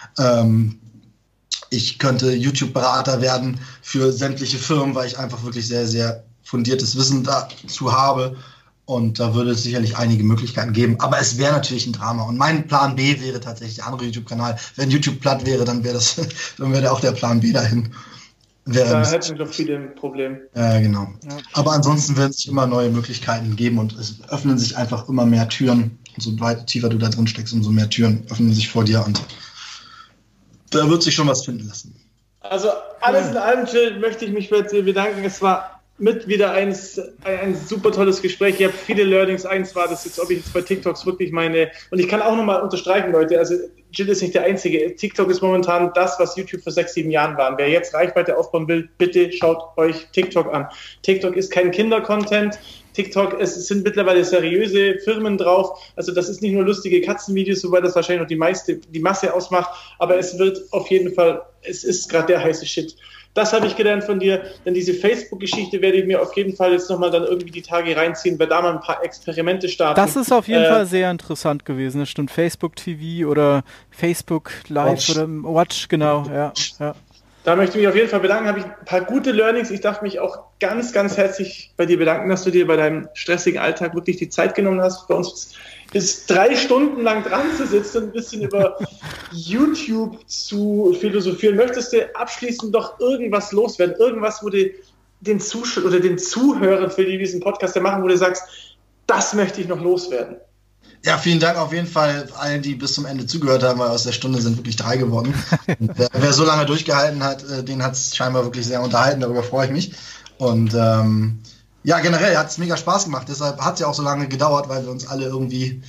ich könnte YouTube-Berater werden für sämtliche Firmen, weil ich einfach wirklich sehr, sehr fundiertes Wissen dazu habe. Und da würde es sicherlich einige Möglichkeiten geben. Aber es wäre natürlich ein Drama. Und mein Plan B wäre tatsächlich der andere YouTube-Kanal. Wenn YouTube platt wäre, dann wäre auch der Plan B dahin.
Da hätten wir doch viele ein Problem.
Genau. Ja. Aber ansonsten werden sich immer neue Möglichkeiten geben und es öffnen sich einfach immer mehr Türen. Und so weit tiefer du da drin steckst, umso mehr Türen öffnen sich vor dir. Und da wird sich schon was finden lassen.
Also alles in allem, Jill, möchte ich mich bei dir bedanken. Es war mit wieder ein super tolles Gespräch. Ich habe viele Learnings. Eins war das jetzt, ob ich jetzt bei TikToks wirklich meine, und ich kann auch nochmal unterstreichen, Leute, also Jill ist nicht der Einzige. TikTok ist momentan das, was YouTube vor 6, 7 Jahren war. Wer jetzt Reichweite aufbauen will, bitte schaut euch TikTok an. TikTok ist kein Kinder-Content. TikTok, es sind mittlerweile seriöse Firmen drauf. Also das ist nicht nur lustige Katzenvideos, wobei das wahrscheinlich noch die Masse ausmacht, aber es wird auf jeden Fall, es ist gerade der heiße Shit. Das habe ich gelernt von dir, denn diese Facebook-Geschichte werde ich mir auf jeden Fall jetzt nochmal dann irgendwie die Tage reinziehen, werde da mal ein paar Experimente starten.
Das ist auf jeden Fall sehr interessant gewesen, das stimmt. Facebook TV oder Facebook Live oder Watch, genau, ja.
Da möchte ich mich auf jeden Fall bedanken, habe ich ein paar gute Learnings. Ich darf mich auch ganz, ganz herzlich bei dir bedanken, dass du dir bei deinem stressigen Alltag wirklich die Zeit genommen hast, bei uns bis 3 Stunden lang dran zu sitzen und ein bisschen über YouTube zu philosophieren. Möchtest du abschließend doch irgendwas loswerden? Irgendwas, wo du den Zuhörern, für die diesen Podcast machen, wo du sagst, das möchte ich noch loswerden?
Ja, vielen Dank auf jeden Fall allen, die bis zum Ende zugehört haben, weil aus der Stunde sind wirklich 3 geworden. Wer so lange durchgehalten hat, den hat es scheinbar wirklich sehr unterhalten, darüber freue ich mich. Und generell hat es mega Spaß gemacht, deshalb hat es ja auch so lange gedauert, weil wir uns alle irgendwie,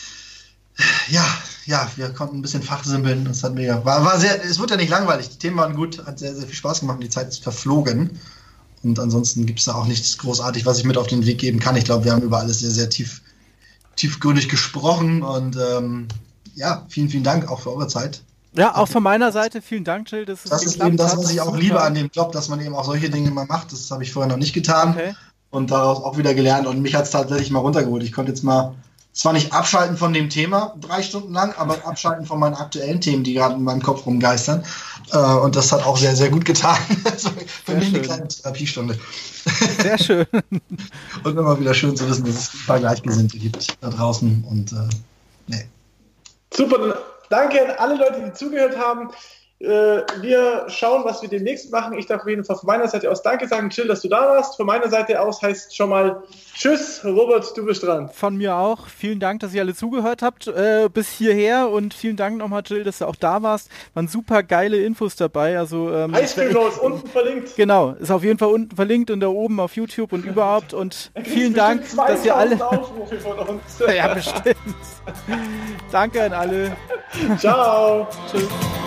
wir konnten ein bisschen fachsimpeln, das hat mega, war sehr, es wurde ja nicht langweilig, die Themen waren gut, hat sehr, sehr viel Spaß gemacht und die Zeit ist verflogen. Und ansonsten gibt es da auch nichts großartig, was ich mit auf den Weg geben kann. Ich glaube, wir haben über alles sehr, sehr tiefgründig gesprochen und vielen, vielen Dank auch für eure Zeit.
Ja, auch von meiner Seite vielen Dank, Jill.
Das ist eben das, was ich auch liebe an dem Job, dass man eben auch solche Dinge mal macht. Das habe ich vorher noch nicht getan und daraus auch wieder gelernt und mich hat es tatsächlich mal runtergeholt. Ich konnte jetzt mal zwar nicht abschalten von dem Thema 3 Stunden lang, aber abschalten von meinen aktuellen Themen, die gerade in meinem Kopf rumgeistern. Und das hat auch sehr, sehr gut getan. Für mich eine kleine Therapiestunde.
Sehr schön.
Und immer wieder schön zu wissen, dass es ein paar Gleichgesinnte gibt da draußen. Und
Super, dann danke an alle Leute, die zugehört haben. Wir schauen, was wir demnächst machen. Ich darf auf jeden Fall von meiner Seite aus Danke sagen, Jill, dass du da warst. Von meiner Seite aus heißt schon mal Tschüss, Robert, du bist dran.
Von mir auch. Vielen Dank, dass ihr alle zugehört habt bis hierher und vielen Dank nochmal, Jill, dass du auch da warst. Waren super geile Infos dabei. Also,
Ice Cream Rolls unten verlinkt.
Genau, ist auf jeden Fall unten verlinkt und da oben auf YouTube und überhaupt. Und vielen Dank, dass ihr alle...
Aufrufe von uns.
Ja, bestimmt. Danke an alle.
Ciao.
Tschüss.